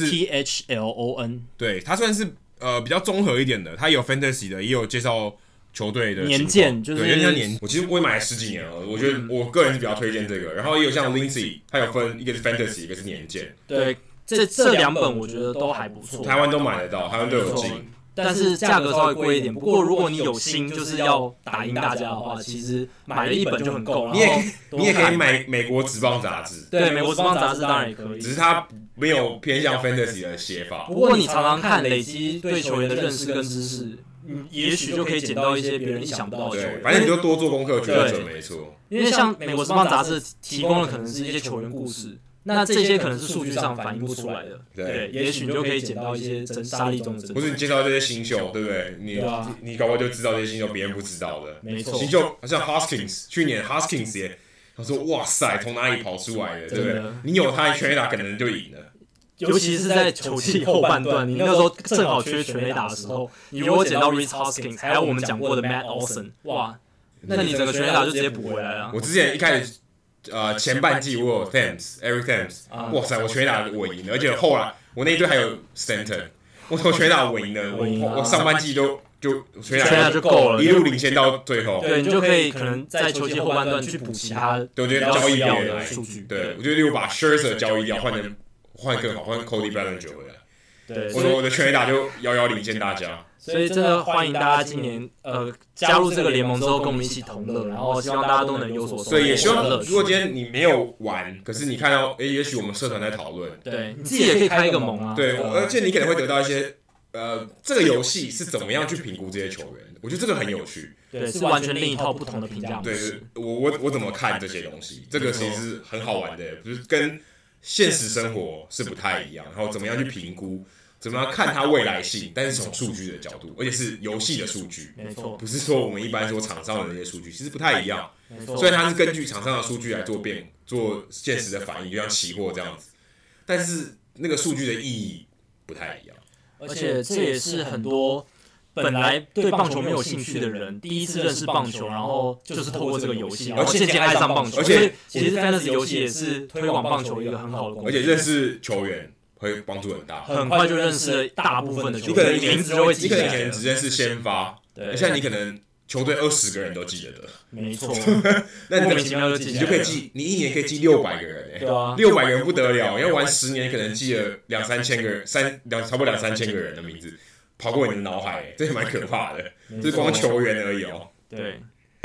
，ATHLON， 对，它算是比较综合一点的，它有 Fantasy 的，也有介绍球队的年鉴，就是对，像年，我其实我也买了10几年了，我觉得我个人是比较推荐这个。然后也有像 Lindsay， 它有分一个是 Fantasy， 一个是年鉴。 对，这两本我觉得都还不错， 台湾都买得到，台湾都有进。 但是价格稍微贵一点。不过如果你有心就是要打赢大家的话，其实买了一本就很够了。 你也可以买美国职棒杂志， 对，美国职棒杂志当然也可以， 只是它没有偏向 Fantasy 的写法。 不过你常常看，累积对球员的认识跟知识，也许就可以捡到一些别人意想不到的球员。 反正你就多做功课，觉得准没错。 因为像美国职棒杂志提供的可能是一些球员故事。那这些可能是数据上反映不出来的，对，也许你就可以捡到一些沙粒中的珍珠。 或是你介绍这些新秀，对不对？你搞不好就知道这些新秀别人不知道的。 没错， 新秀像 Hoskins， 去年 Hoskins 也，他说哇塞，从哪里跑出来的，对不对？你有他全垒打可能就赢了。 尤其是在球季后半段，你那时候正好缺全垒打的时候，你如果捡到 Rhys Hoskins， 还有我们讲过的 Matt Olson， 哇，那你整个全垒打就直接补回来了。 我之前一开始。前半季我有 Eric Thames， 哇塞，我全打我赢了，而且后来我那一队还有 Stanton， 我全打我赢了，我上半季就全打就够了， 一路领先到最后。 对，你就可以可能在球季后半段去补其他， 对，我觉得交易掉的数据。 对，我觉得例如把 Scherzer 交易掉，换更好，换 Cody Bellinger 回来。 对， 我的全垒打就遥遥领先大家。 所以真的欢迎大家今年加入这个联盟之后跟我们一起同乐，然后希望大家都能有所收获。 所以也希望，如果今天你没有玩，可是你看到，也许我们社团在讨论， 对，你自己也可以开一个盟啊。 对，而且你可能会得到一些这个游戏是怎么样去评估这些球员的？我觉得这个很有趣。 对，是完全另一套不同的评价模式。 对，我怎么看这些东西？这个其实是很好玩的，就是跟现实生活是不太一样。然后怎么样去评估？怎么样看它未来性？但是从数据的角度，而且是游戏的数据， 没错， 不是说我们一般说场上的那些数据，其实不太一样。 没错， 虽然它是根据场上的数据来做现实的反应，就像期货这样子，但是那个数据的意义不太一样。 而且这也是很多本来对棒球没有兴趣的人第一次认识棒球，然后就是透过这个游戏，然后渐渐爱上棒球。而且其实 Fantasy 游戏也是推广棒球一个很好的工具， 而且认识球员。会帮助很大， 很快就认识了大部分的球员，名字就会记下来。 你可能以前只认识先发，现在你可能球队20个人都记得的。 没错， 那莫名其妙就记下来了， 你就可以记，你一年可以记600个人， 对啊 ，600个人不得了，要玩10年可能记了2-3千个人，差不多2-3千个人的名字跑过你的脑海，这也蛮可怕的，这是光球员而已哦。 对。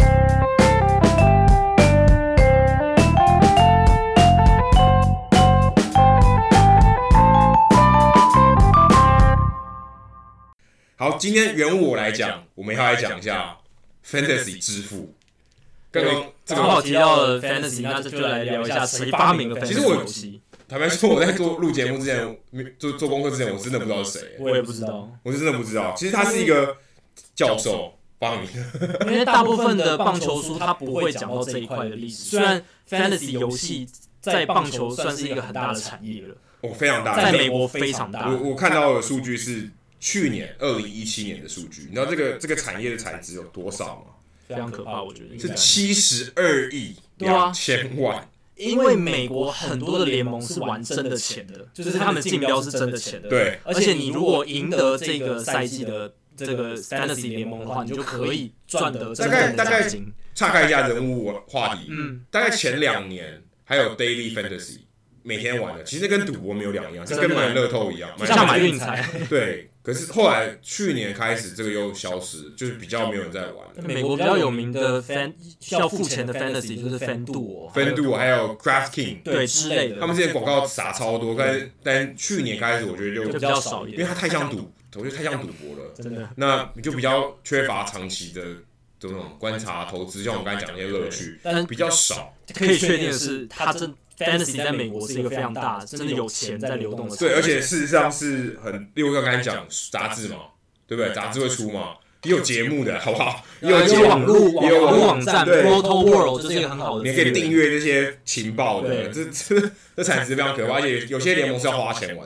好，今天原我来讲，我们要来讲一下 Fantasy 之父。刚好提到了 Fantasy， 那就来聊一下谁发明了 Fantasy 游戏。 坦白说，我在录节目之前，做功课之前，我真的不知道是谁。 我也不知道， 我是真的不知道。其实他是一个教授发明的， 因为大部分的棒球书他不会讲到这一块的历史。虽然 Fantasy 游戏在棒球算是一个很大的产业了， 非常大， 在美国非常大。 我看到的数据是。去年2017年的数据，你知道这个产业的产值有多少吗？ 非常可怕，我觉得是72亿2000万。 因为美国很多的联盟是玩真的钱的，就是他们竞标是真的钱的。 对， 而且你如果赢得这个赛季的这个 Fantasy 联盟的话，你就可以赚得真正的奖金。 岔开一下人物话题，大概前2年还有 Daily Fantasy。每天玩的，其实跟赌博没有两样，就跟买乐透一样， 像买运彩。 对，可是后来去年开始这个又消失，就是比较没有人在玩。 美国比较有名的需要付钱的 Fantasy 就是 FanDuel 还有 DraftKings 对之类的， 他们之前广告撒超多，但去年开始我觉得就比较少一点， 因为它太像赌，我觉得太像赌博了， 真的。 那你就比较缺乏长期的这种观察投资，像我们刚才讲的那些乐趣，但比较少。 可以确定的是，它Fantasy 在美国是一个非常大的，真的有钱在流动的。 对，而且事实上是例如刚才讲杂志嘛，对不对？杂志会出嘛，也有节目的，好不好？也有网络网站 ，Proto World 就是一个很好的。 你可以订阅这些情报的，这产值非常可怕，而且有些联盟是要花钱玩的啦。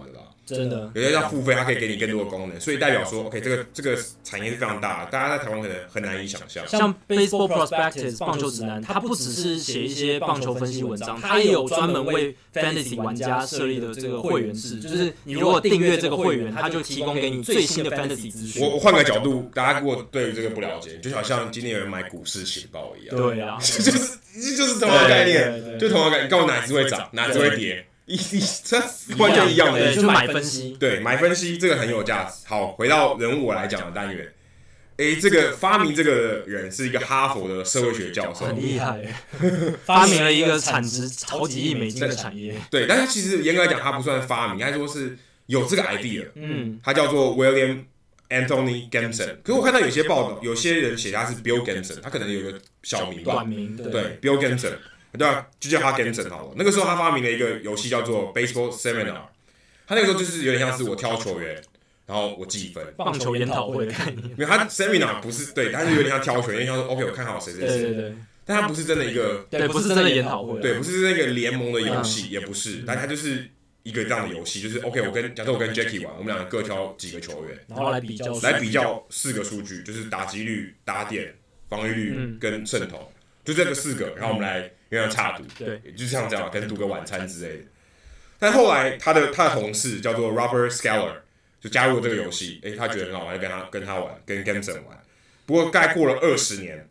真的， 有些要付费，它可以给你更多的功能，所以代表说 OK， 这个产业是非常大的，大家在台湾可能很难以想象。 像 Baseball Prospectus 棒球指南，它不只是写一些棒球分析文章，它也有专门为 Fantasy 玩家设立的这个会员制，就是你如果订阅这个会员，它就提供给你最新的 Fantasy 资讯。 我换个角度，大家如果对于这个不了解，就好像今天有人买股市情报一样， 对啊， 就是同样的概念，就同样的概念，告诉哪只会涨，哪只会跌。这完全一样的， 就买分析， 对，买分析这个很有价值。好，回到人物我来讲的单元，这个发明这个人是一个哈佛的社会学教授， 很厉害，发明了一个产值好几亿美金的产业。 对，但他其实严格来讲，他不算发明，应该说是有这个 idea。他叫做 William Anthony Gamson。可是我看到有些报道，有些人写他是 Bill Gamson， 他可能有一个小名吧， 短名， 对 Bill Gamson。对啊，就叫他 Gamson 好了。那个时候他发明了一个游戏叫做 Baseball Seminar， 他那个时候就是有点像是我挑球员，然后我计分， 棒球研讨会的概念。 因为他 Seminar 不是对，他是有点像挑球员，有点像说 OK 我看好谁谁谁， 对， 但他不是真的一个， 对，不是真的研讨会， 对，不是那个联盟的游戏，也不是，但他就是一个这样的游戏，就是 OK 假设我跟 Jackie 玩，我们两个各挑几个球员， 然后来比较 4个数据，就是打击率、打点、防御率跟胜投。就这个4个，然后我们来有点差赌， 对， 就像这样，跟赌个晚餐之类的。但后来他的同事叫做 Robert Scaler 就加入了这个游戏，他觉得很好玩，就跟他玩，跟 Gamson 玩。不过大概过了20年，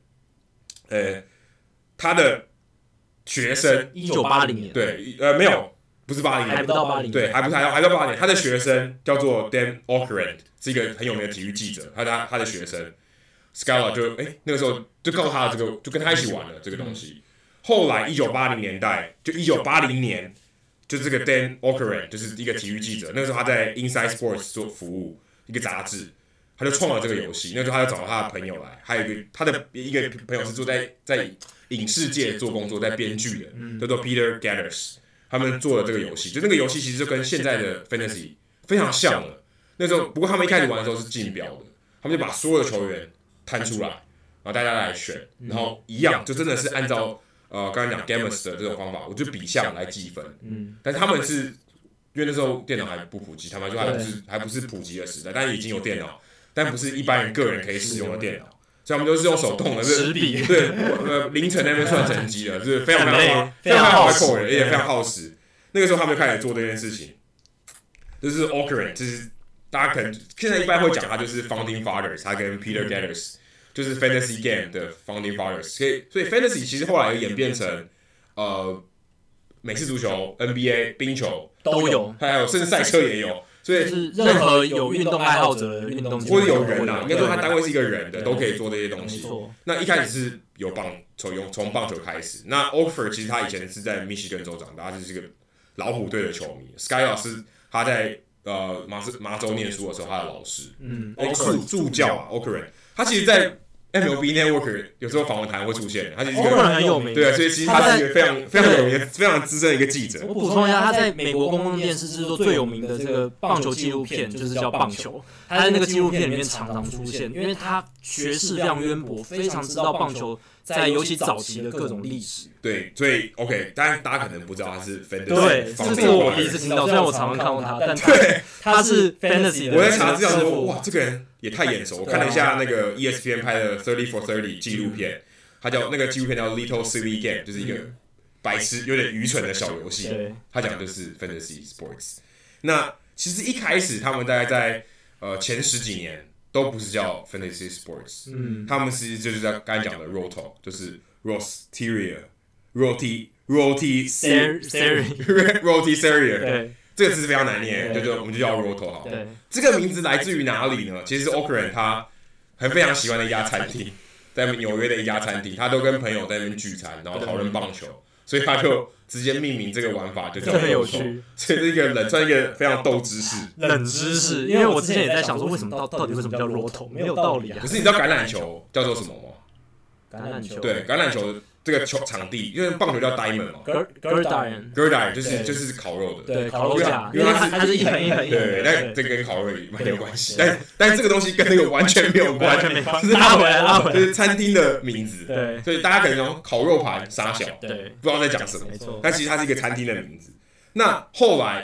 他的学生 1980年， 对，没有，不是80年， 还不到80年， 对，还到80年。他的学生叫做 Dan Okrent， 是一个很有名的体育记者，他的学生。Scala 就那个时候就告诉他这个，就跟他一起玩了这个东西。后来1980年代，就1980年，就这个 Dan Okrent 就是一个体育记者，那个时候他在 Inside Sports 做服务，一个杂志，他就创了这个游戏。那时候他就找了他的朋友来，还有他的一个朋友是做在影视界做工作，在编剧的，叫做 Peter Gathers， 他们做了这个游戏。就那个游戏其实就跟现在的 Fantasy 非常像了。那时候不过他们一开始玩的时候是竞标的，他们就把所有的球员摊出来，然后大家来选，然后一样就真的是按照刚才讲 Gamers 的这种方法，我就比项来计分。但是他们是因为那时候电脑还不普及，他们就还不是普及的时代，但是已经有电脑，但不是一般人个人可以使用的电脑，所以他们都是用手动的， 纸笔， 对，凌晨那边算成绩的，就是非常耗时，而且非常耗时。那个时候他们就开始做这件事情，就是 Okrent， 就是大家可能现在一般会讲他就是 Founding Fathers， 他跟 Peter Gathers 就是 Fantasy Game 的 Founding Fathers， 所以 Fantasy 其实后来又演变成美式足球、NBA、冰球都有， 还有甚至赛车也有，所以就是任何有运动爱好者的运动， 或者有人应该说他单位是一个人的，都可以做这些东西。那一开始是有从棒球开始。那 Oxford 其实他以前是在密西根州长大，他就是个老虎队的球迷。Sky 老师他在麻州念书的时候，他的老师，助教啊 ，Okrent， 他其实，在 MLB Network 有时候访问台会出现，他其实很有名， 对，所以其实他是一个非常有名、非常资深的一个记者。 我补充一下，他在美国公共电视制作最有名的这个棒球纪录片，就是叫《棒球》。他在那个纪录片里面常常出现，因为他学识非常渊博，非常知道棒球在尤其早期的各种历史。 对，所以 OK， 当然大家可能不知道他是 Fantasy， 对，这是我第一次听到，虽然我常常看过他，但他是 Fantasy 的。 我在查资料说，哇，这个人也太眼熟。我看了一下那个 ESPN 拍的30 for 30纪录片，他叫那个纪录片叫 Little Silly Game， 就是一个白痴、有点愚蠢的小游戏。他讲的就是 Fantasy Sports。那其实一开始他们大概在前10几年都不是叫 Fantasy Sports， 他们其实就是在刚才讲的 Roto， 就是 Rotisserie， 对，这个字非常难念，我们就叫 Roto 好了。这个名字来自于哪里呢？其实是 Okrent 他非常喜欢的一家餐厅，在纽约的一家餐厅，他都跟朋友在那边聚餐，然后讨论棒球，所以他就直接命名这个玩法就叫 Roto， 所以是一个算一个非常逗知识。 冷知识，因为我之前也在想说，为什么到底为什么叫 Roto， 没有道理啊。 可是你知道橄榄球叫做什么吗？ 橄榄球， 对，橄榄球这个场地，因为棒球叫 diamond 嘛 ，Gridiron 就是烤肉的， 对，烤肉架，因为它是一横一横， 对，但这跟烤肉蛮有关系，但这个东西跟那个完全没有关， 就是拉回来， 就是餐厅的名字， 对， 所以大家可能说烤肉盘沙小， 对， 不知道在讲什么， 没错， 但其实它是一个餐厅的名字。那后来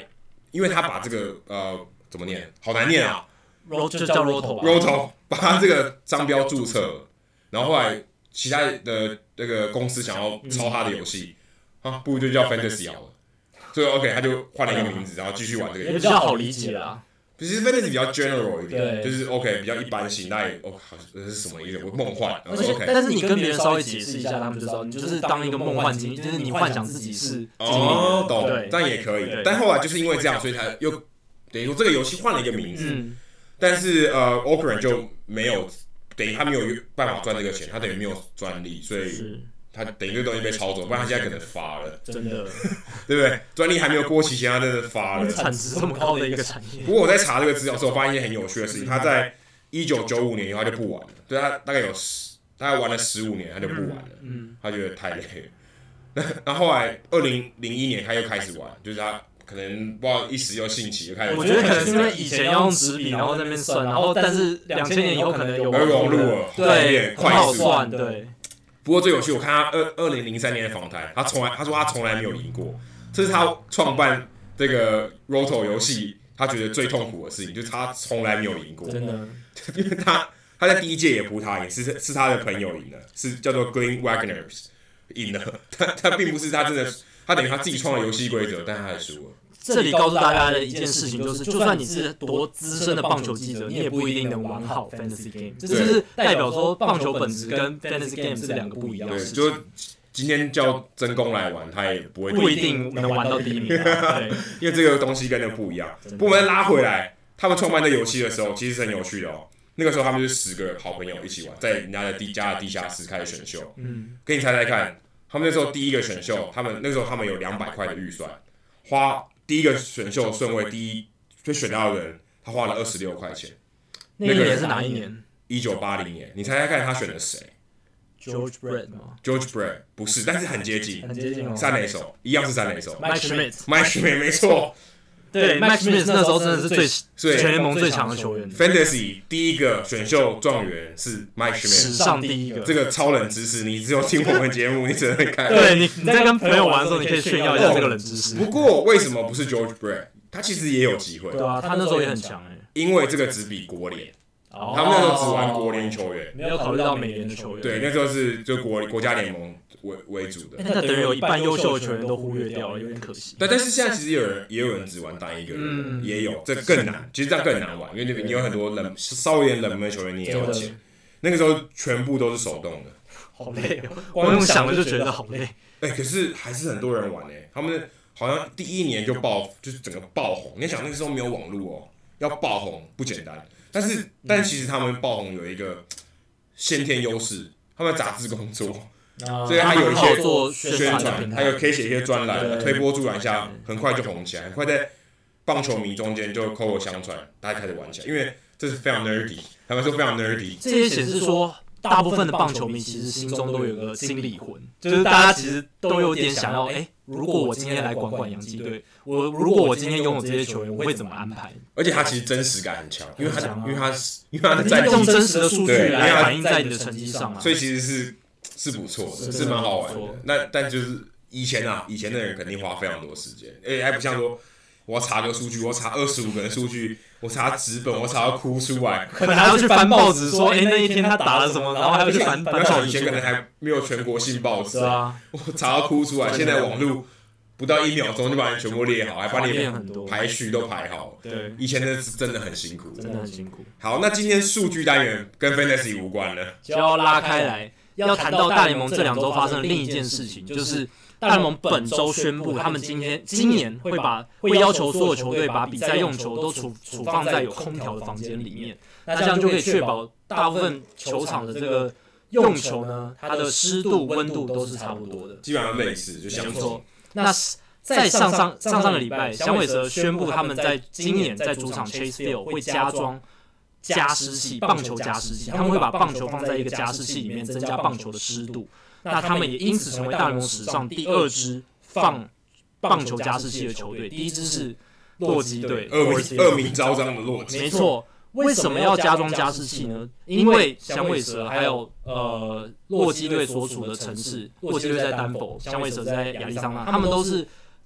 因为他把这个怎么念，好难念啊就叫 Roto 吧 ，Roto 把他这个商标注册了，然后后来其他的那个公司想要抄他的游戏，不如就叫 Fantasy 好了，所以 OK 他就换了一个名字，然后继续玩这个游戏， 也比较好理解啦。 其实 Fantasy 比较 general 一点， 对就是 OK 比较一般型，那也好这是什么意思？我梦幻，然后说 OK， 但是你跟别人稍微解释一下，他们就知道你就是当一个梦幻精灵，就是你幻想自己是精灵。 懂， 对， 这样也可以。但后来就是因为这样，所以他又等于说这个游戏换了一个名字，但是Ocarina 就没有，等于他没有办法赚这个钱，他等于没有专利，所以他等于这个东西被抄走，不然他现在可能发了， 真的， 对不对？专利还没有过期前，他真的发了， 产值这么高的一个产业。 不过我在查这个资料的时候，我发现一件很有趣的事情，他在1995年以后他就不玩了，对他大概玩了15年，他就不玩了，他觉得太累了。然后后来2001年他又开始玩，就是他可能不知道一时又兴起就开始。 我觉得可能是因为以前要用纸笔，然后在那边算，然后但是2000年以后可能有网络了， 对， 快速算，对。 不过最有趣，我看他2003年的访谈，他说他从来没有赢过，这是他创办这个 Roto 游戏，他觉得最痛苦的事情，就是他从来没有赢过， 真的， 因为他在第一届也不是他赢，是他的朋友赢了，是叫做 Glenn Wagner 赢了，他并不是他真的，他等于他自己创了游戏规则，但他还输了。 这里告诉大家的一件事情就是，就算你是多资深的棒球记者，你也不一定能玩好 Fantasy Game。这就是代表说，棒球本质跟 Fantasy Game 是两个不一样的事情。 对，就今天叫真功来玩，他也不一定能玩到第一名。对， 因为这个东西跟那个不一样。不过我们拉回来，他们创办这游戏的时候，其实是很有趣的哦。那个时候他们就是10个好朋友一起玩，在人家的家的地下室开始选秀。给你猜猜看，他们那时候第一个选秀，那时候他们有200块的预算，花第一个选秀顺位第一就选到的人，他花了26块钱。 那一年是哪一年 ？1980年。你猜猜看，他选了谁 ？George Brett 吗 ？George Brett 不是，但是很接近。 很接近哦。 三垒手一样是三垒手。 Mike Schmidt。 Mike Schmidt 没错。 对 ，Mike Schmidt 那时候真的是全联盟最强的球员。 Fantasy 第一个选秀状元是 Mike Schmidt， 史上第一个。 这个超冷知识，你只有听我们节目，你只能看。 对，你在跟朋友玩的时候，你可以炫耀一下这个冷知识。 不过为什么不是 George Brett？ 他其实也有机会。 对啊，他那时候也很强因为这个只比国联。他们那时候只玩国联球员， 没有考虑到美联的球员。 对，那时候是就国家联盟为主的。 那等于有一半优秀的球员都忽略掉了，有点可惜。 对，但是现在其实也有人只玩单一个人，也有，这更难。其实这样更难玩，因为你有很多稍微有点冷门的球员，你也要钱。那个时候全部都是手动的， 好累哦，光用想的就觉得好累。 可是还是很多人玩他们好像第一年就是整个爆红。你想那个时候没有网络哦，要爆红不简单。但其实他们爆红有一个先天优势，他们杂志工作，所以他有一些做宣传，还有可以写一些专栏，推波助澜下，很快就红起来，很快在棒球迷中间就口口相传，大家开始玩起来，因为这是非常 nerdy， 他们说非常 nerdy。 这也显示说，大部分的棒球迷其实心中都有个心理魂，就是大家其实都有点想要，如果我今天来管洋基队，如果我今天拥有这些球员，我会怎么安排？ 而且他其实真实感很强，因为他的战绩用真实的数据来反映在你的成绩上嘛， 所以其实是不错的，是蛮好玩的。但就是以前的人肯定花非常多时间，还不像说我要查个数据，我查25个人数据，我查纸本，我查到哭出来， 可能还要去翻报纸说，那一天他打了什么，然后还要去翻报纸。 以前可能还没有全国性报纸， 我查到哭出来。现在网络不到1秒钟就把你全部列好，还把你排序都排好。 对， 以前的是真的很辛苦， 真的很辛苦。 好，那今天数据单元跟 Fantasy 无关了， 就要拉开来，要谈到大联盟这2周发生的另一件事情，就是大联盟本周宣布，他们今年会要求所有球队把比赛用球都处放在有空调的房间里面，那这样就可以确保大部分球场的这个用球呢，它的湿度、温度都是差不多的， 基本上类似，就相同。 那在上个礼拜，响尾蛇宣布他们在今年在主场 Chase Field 会加装加湿器，棒球加湿器，他们会把棒球放在一个加湿器里面，增加棒球的湿度。那他们也因此成为大联盟史上第2支放棒球加湿器的球队，第1支是洛基队， 恶名昭彰的洛基。 没错，为什么要加装加湿器呢？因为响尾蛇还有洛基队所处的城市，洛基队在丹佛，响尾蛇在亚利桑那，他们都是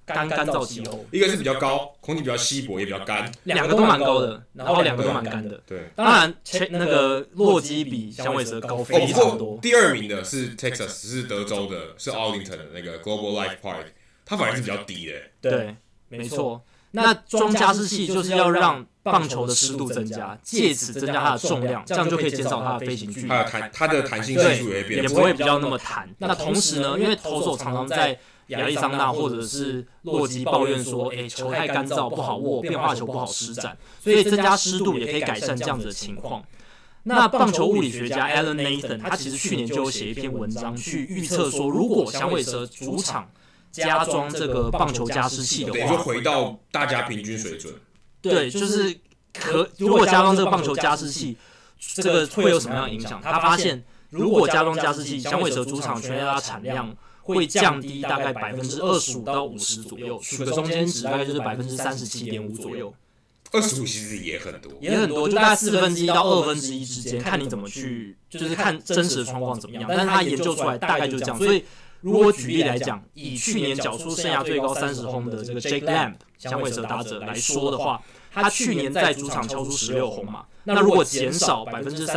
干燥气候， 一个是比较高，空气比较稀薄也比较干， 两个都蛮高的，然后两个都蛮干的。 对， 当然那个洛基比响尾蛇高非常多。 第2名的是 Texas， 是德州的，是 Arlington 的那个 Global Life Park， 它反而是比较低的。 对，没错。那装加湿器就是要让棒球的湿度增加，借此增加它的重量，这样就可以减少它的飞行距离， 它的弹性系数也不会比较那么弹。那同时呢，因为投手常常在亚利桑那或者是洛基抱怨说，球太干燥不好握，变化球不好施展，所以增加湿度也可以改善这样子的情况。那棒球物理学家 Alan Nathan 他其实去年就有写一篇文章去预测说，如果响尾蛇主场加装这个棒球加湿器的话， 等于说回到大家平均水准。 对，就是如果加装这个棒球加湿器，这个会有什么样的影响？他发现，如果加装加湿器，响尾蛇主场全垒打产量会降低大概25%到50%左右，取个中间值大概就是37.5%左右。 25%其实也很多， 也很多，就大概1/4到1/2之间，看你怎么去，就是看真实的状况怎么样。但是他研究出来大概就是这样，所以如果举例来讲，以去年缴出生涯最高30轰的这个 Jake Lamb 响尾蛇打者来说的话，他去年在主场敲出16轰嘛，那如果减少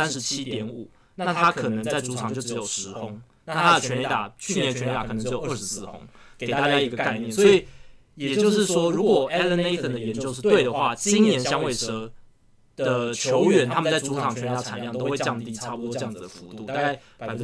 37.5%，那他可能在主场就只有10轰，那他的去年全垒打可能只有24轰，给大家一个概念。所以也就是说，如果 Alan Nathan 的研究是对的话，今年响尾蛇的球员他们在主场全垒打产量都会降低差不多这样子的幅度，大概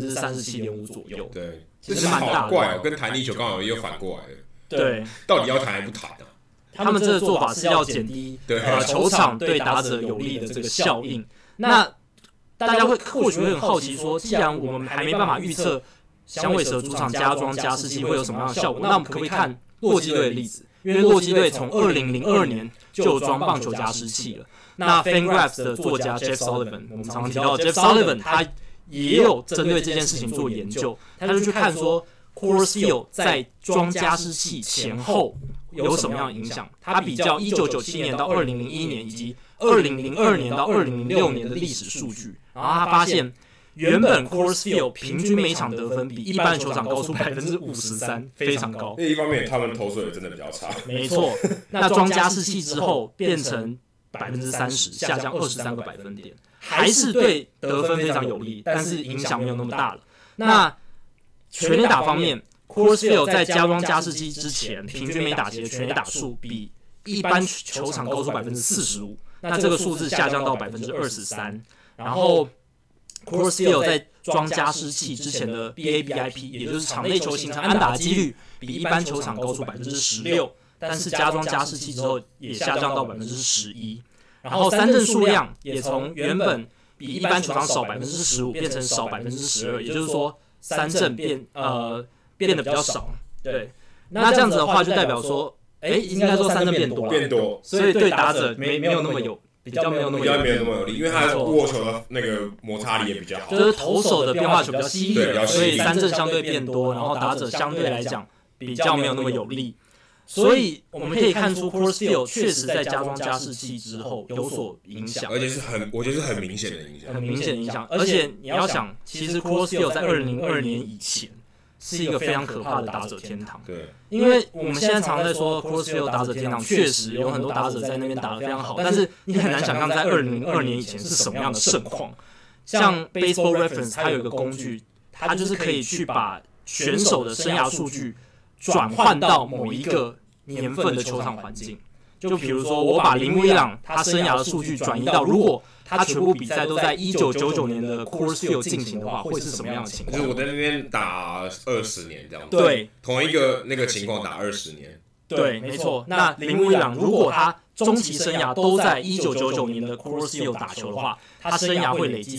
37.5%左右。 对， 其实蛮大的。 怪哦，跟弹力球刚好又反过来了。 对， 到底要弹还不弹啊？ 他们这个做法是要减低球场对打者有利的这个效应。那大家或许会很好奇说，既然我们还没办法预测响尾蛇主场加装加湿器会有什么样的效果，那我们可不可以看洛基队的例子？因为洛基队从2002年就有装棒球加湿器了。那 FanGraphs 的作家 Jeff Sullivan， 我们常常提到 Jeff Sullivan， 他也有针对这件事情做研究，他就去看说 Coors Field 在装加湿器前后有什么样的影响。他比较1997年到2001年以及2002年到2006年的历史数据，然后他发现原本 Coors Field 平均每场得分比一般的球场高出53%，非常高。 一方面他们投手也真的比较差， 没错。那装加湿器之后变成30%，下降23个百分点，还是对得分非常有利，但是影响没有那么大了。那全垒打方面 ，Coors Field 在加装加湿器之前，平均每打席的全垒打数比一般球场高出45%，那这个数字下降到23%，然后Coors Field 在装加湿器之前的 BABIP， 也就是场内球形成安打的几率，比一般球场高出16%，但是加装加湿器之后也下降到11%。然后三振数量也从原本比一般球场少15%变成少12%，也就是说三振变得比较少。对，那这样子的话就代表说，应该说三振变多，所以对打者没有那么比较没有那么有利，因为他的握球的那个摩擦力也比较好， 就是投手的变化球比较犀利，所以三振相对变多，然后打者相对来讲比较没有那么有利。所以我们可以看出 Coors Field 确实在加装加湿器之后有所影响， 而且我觉得是很明显的影响， 很明显的影响。而且你要想，其实 Coors Field 在2002年以前是一个非常可怕的打者天堂。 对， 因为我们现在常在说 Coors Field 打者天堂，确实有很多打者在那边打得非常好，但是你很难想象在2002年以前是什么样的盛况。像 Baseball Reference 它有一个工具，它就是可以去把选手的生涯数据转换到某一个年份的球场环境。就比如说，我把林威朗他生涯的数据转移到，如果他全部比赛都在1999年的 Coors Field 进行的话，会是什么样的情况？ 就是我在那边打20年这样。 对， 同一个那个情况打20年。 对，没错。那林威朗如果他中期生涯都在1999年的 Coors Field 打球的话，他生涯会累积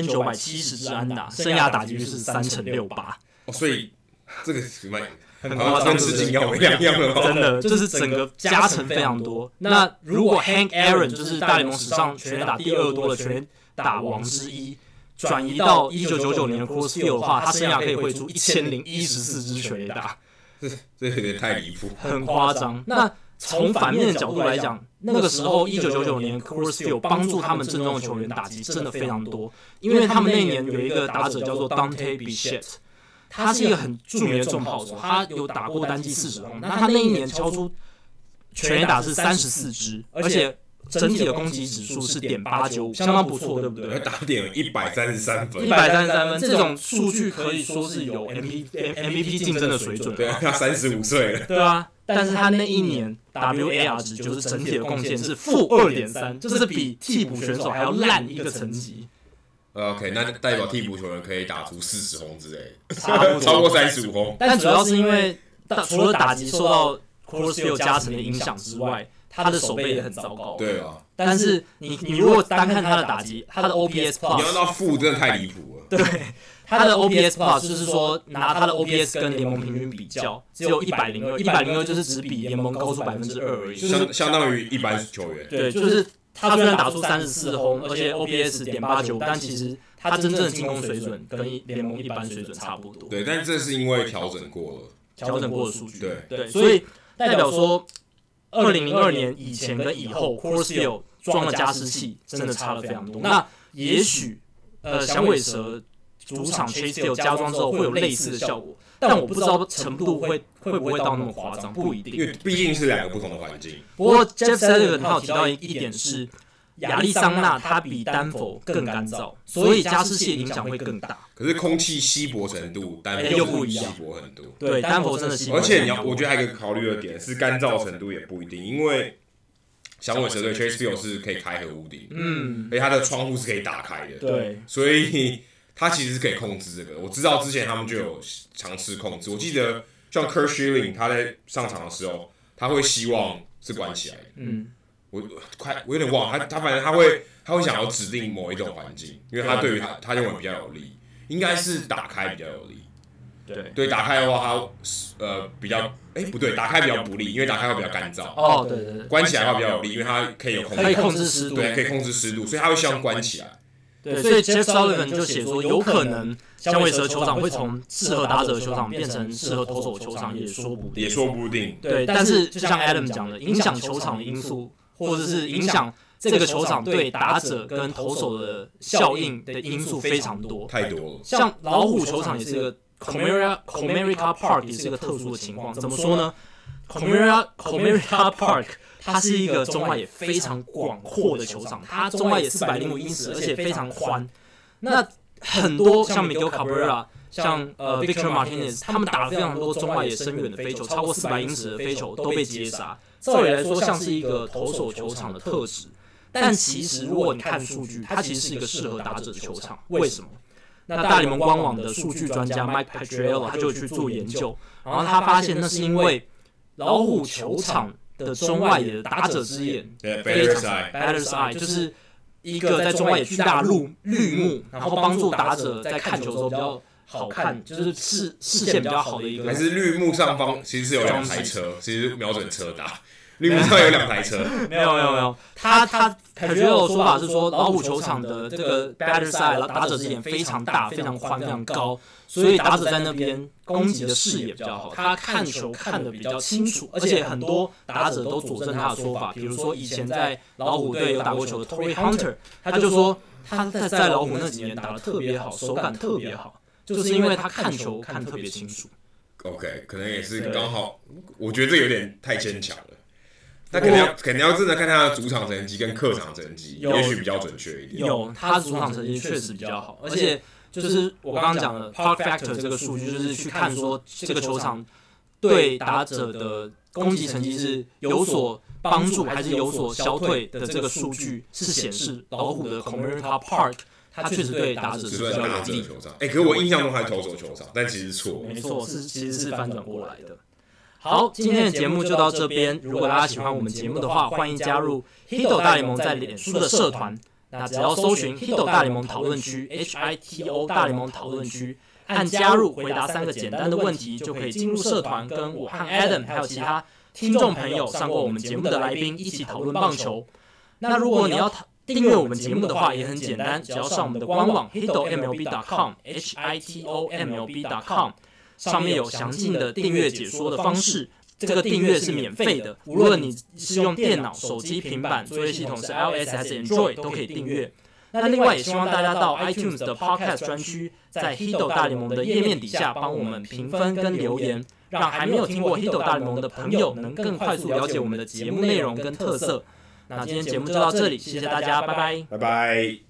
3970支安打，生涯打击率是3.68%。 所以这个很夸张，跟吃禁药没两样了， 真的就是整个加成非常多。那如果 Hank Aaron 就是大联盟史上全垒打第2多的全垒打王之一，转移到1999年的 Coors Field 的话，他生涯可以挥出1014支全垒打， 这有点太离谱， 很夸张。那从反面的角度来讲，那个时候1999年 Coors Field 帮助他们阵中的球员打击真的非常多，因为他们那一年有一个打者叫做 Dante Bichette。 他是一个很著名的重炮手，他有打过单季40轰，那他那一年敲出全垒打是34支，而且整体的攻击指数是.895，相当不错，对不对？ 打点133分 ，133分，这种数据可以说是有 MVP 竞争的水准。 对啊，他35岁了。 对啊，但是他那一年 WAR 值就是整体的贡献是-2.3，就是比替补选手还要烂一个层级。 OK， 那代表替补球员可以打出40轰之类， 超过35轰。 但主要是因为除了打击受到 Coors Field 加成的影响之外，他的守备也很糟糕。 对啊， 但是你如果单看他的打击，他的 OPS Plus， 你要到负真的太离谱了。 对，他的 OPS Plus 就是说拿他的 OPS 跟联盟平均比较，只有102，102就是只比联盟高出2%而已， 相当于一般球员。 对，就是他虽然打出34轰，而且 OPS .895，但其实他真正的进攻水准跟联盟一般水准差不多。 对，但这是因为调整过的数据。 对， 所以代表说，2002年以前跟以后 ，Coors Field 装了加湿器，真的差了非常多。那也许响尾蛇主场 Chase Field 加装之后会有类似的效果，但我不知道程度会不会到那么夸张，不一定。 因为毕竟是2个不同的环境。 不过 Jeff Sullivan 他有提到一点是，亚利桑那它比丹佛更干燥，所以加湿器的影响会更大。 可是空气稀薄程度，丹佛又不一样， 稀薄很多。 对，丹佛真的稀薄。 而且我觉得还有一个考虑的点是干燥程度也不一定，因为响尾蛇队 Chase Field 是可以开合屋顶，而且它的窗户是可以打开的， 对， 所以它其实是可以控制这个。我知道之前他们就有尝试控制，我记得像 Curt Schilling 他在上场的时候，他会希望是关起来的。我有点忘了，他反正他会想要指定某一种环境，因为他对于他认为比较有利，应该是打开比较有利。对，打开的话，它比较不对，打开比较不利，因为打开会比较干燥。 哦，对。 关起来的话比较有利，因为它可以控制湿度。 对，可以控制湿度，所以它会希望关起来。 对，所以 Jeff Sullivan 就写说，有可能响尾蛇球场会从适合打者的球场变成适合投手的球场，也说不定。对，但是就像 Adam 讲的，影响球场的因素，或者是影响这个球场对打者跟投手的效应的因素非常多， 太多了。 像老虎球场也是一个 Comerica Park 也是一个特殊的情况。怎么说呢 ？Comerica Park 它是一个中外野非常广阔的球场，它中外野405英尺，而且非常宽。那很多像 Miguel Cabrera、像Victor Martinez， 他们打了非常多中外野深远的飞球，超过400英尺的飞球都被接杀。照理来说，像是一个投手球场的特质。但其实如果你看数据，它其实是一个适合打者的球场。为什么？那大联盟官网的数据专家 Mike Petriello 他就去做研究，然后他发现那是因为老虎球场的中外野的打者之眼，Batter's Eye 就是一个在中外野巨大绿幕，然后帮助打者在看球的时候比较好看，就是视线比较好的一个。 还是绿幕上方其实是有2台车，其实瞄准车打。绿幕上有2台车， 没有。他Pedro的说法是说，老虎球场的这个 Batter's Eye 打者之眼非常大、非常宽、非常高，所以打者在那边攻击的视野比较好，他看球看得比较清楚，而且很多打者都佐证他的说法。比如说以前在老虎队有打过球的 Torii Hunter， 他就说他在老虎那几年打得特别好，手感特别好，就是因为他看球看得特别清楚。 OK， 可能也是刚好，我觉得这有点太牵强了。那肯定要真的看他的主场成绩跟客场成绩，也许比较准确一点。 有，他的主场成绩确实比较好，而且就是我刚刚讲的 Park Factor 这个数据，就是去看说这个球场对打者的攻击成绩是有所帮助还是有所消退的这个数据，是显示老虎的 Comerica Park 它确实对打者是比较有利。 可是我印象中还投手球场，但其实错。 没错，其实是翻转过来的。好，今天的节目就到这边。如果大家喜欢我们节目的话，欢迎加入 Hito 大联盟在脸书的社团。那只要搜寻 Hito 大联盟讨论区 HITO 大联盟讨论区，按加入回答3个简单的问题，就可以进入社团，跟我和 Adam 还有其他听众朋友上过我们节目的来宾一起讨论棒球。那如果你要订阅我们节目的话，也很简单，只要上我们的官网 hitomlb.com hitomlb.com。上面有详尽的订阅解说的方式，这个订阅是免费的，无论你是用电脑、手机、平板，作业系统是 iOS 还是 Android 都可以订阅。 那另外也希望大家到 iTunes 的 Podcast 专区，在 Hito 大联盟的页面底下帮我们评分跟留言，让还没有听过 Hito 大联盟的朋友能更快速了解我们的节目内容跟特色。那今天节目就到这里，谢谢大家，拜拜， 拜拜。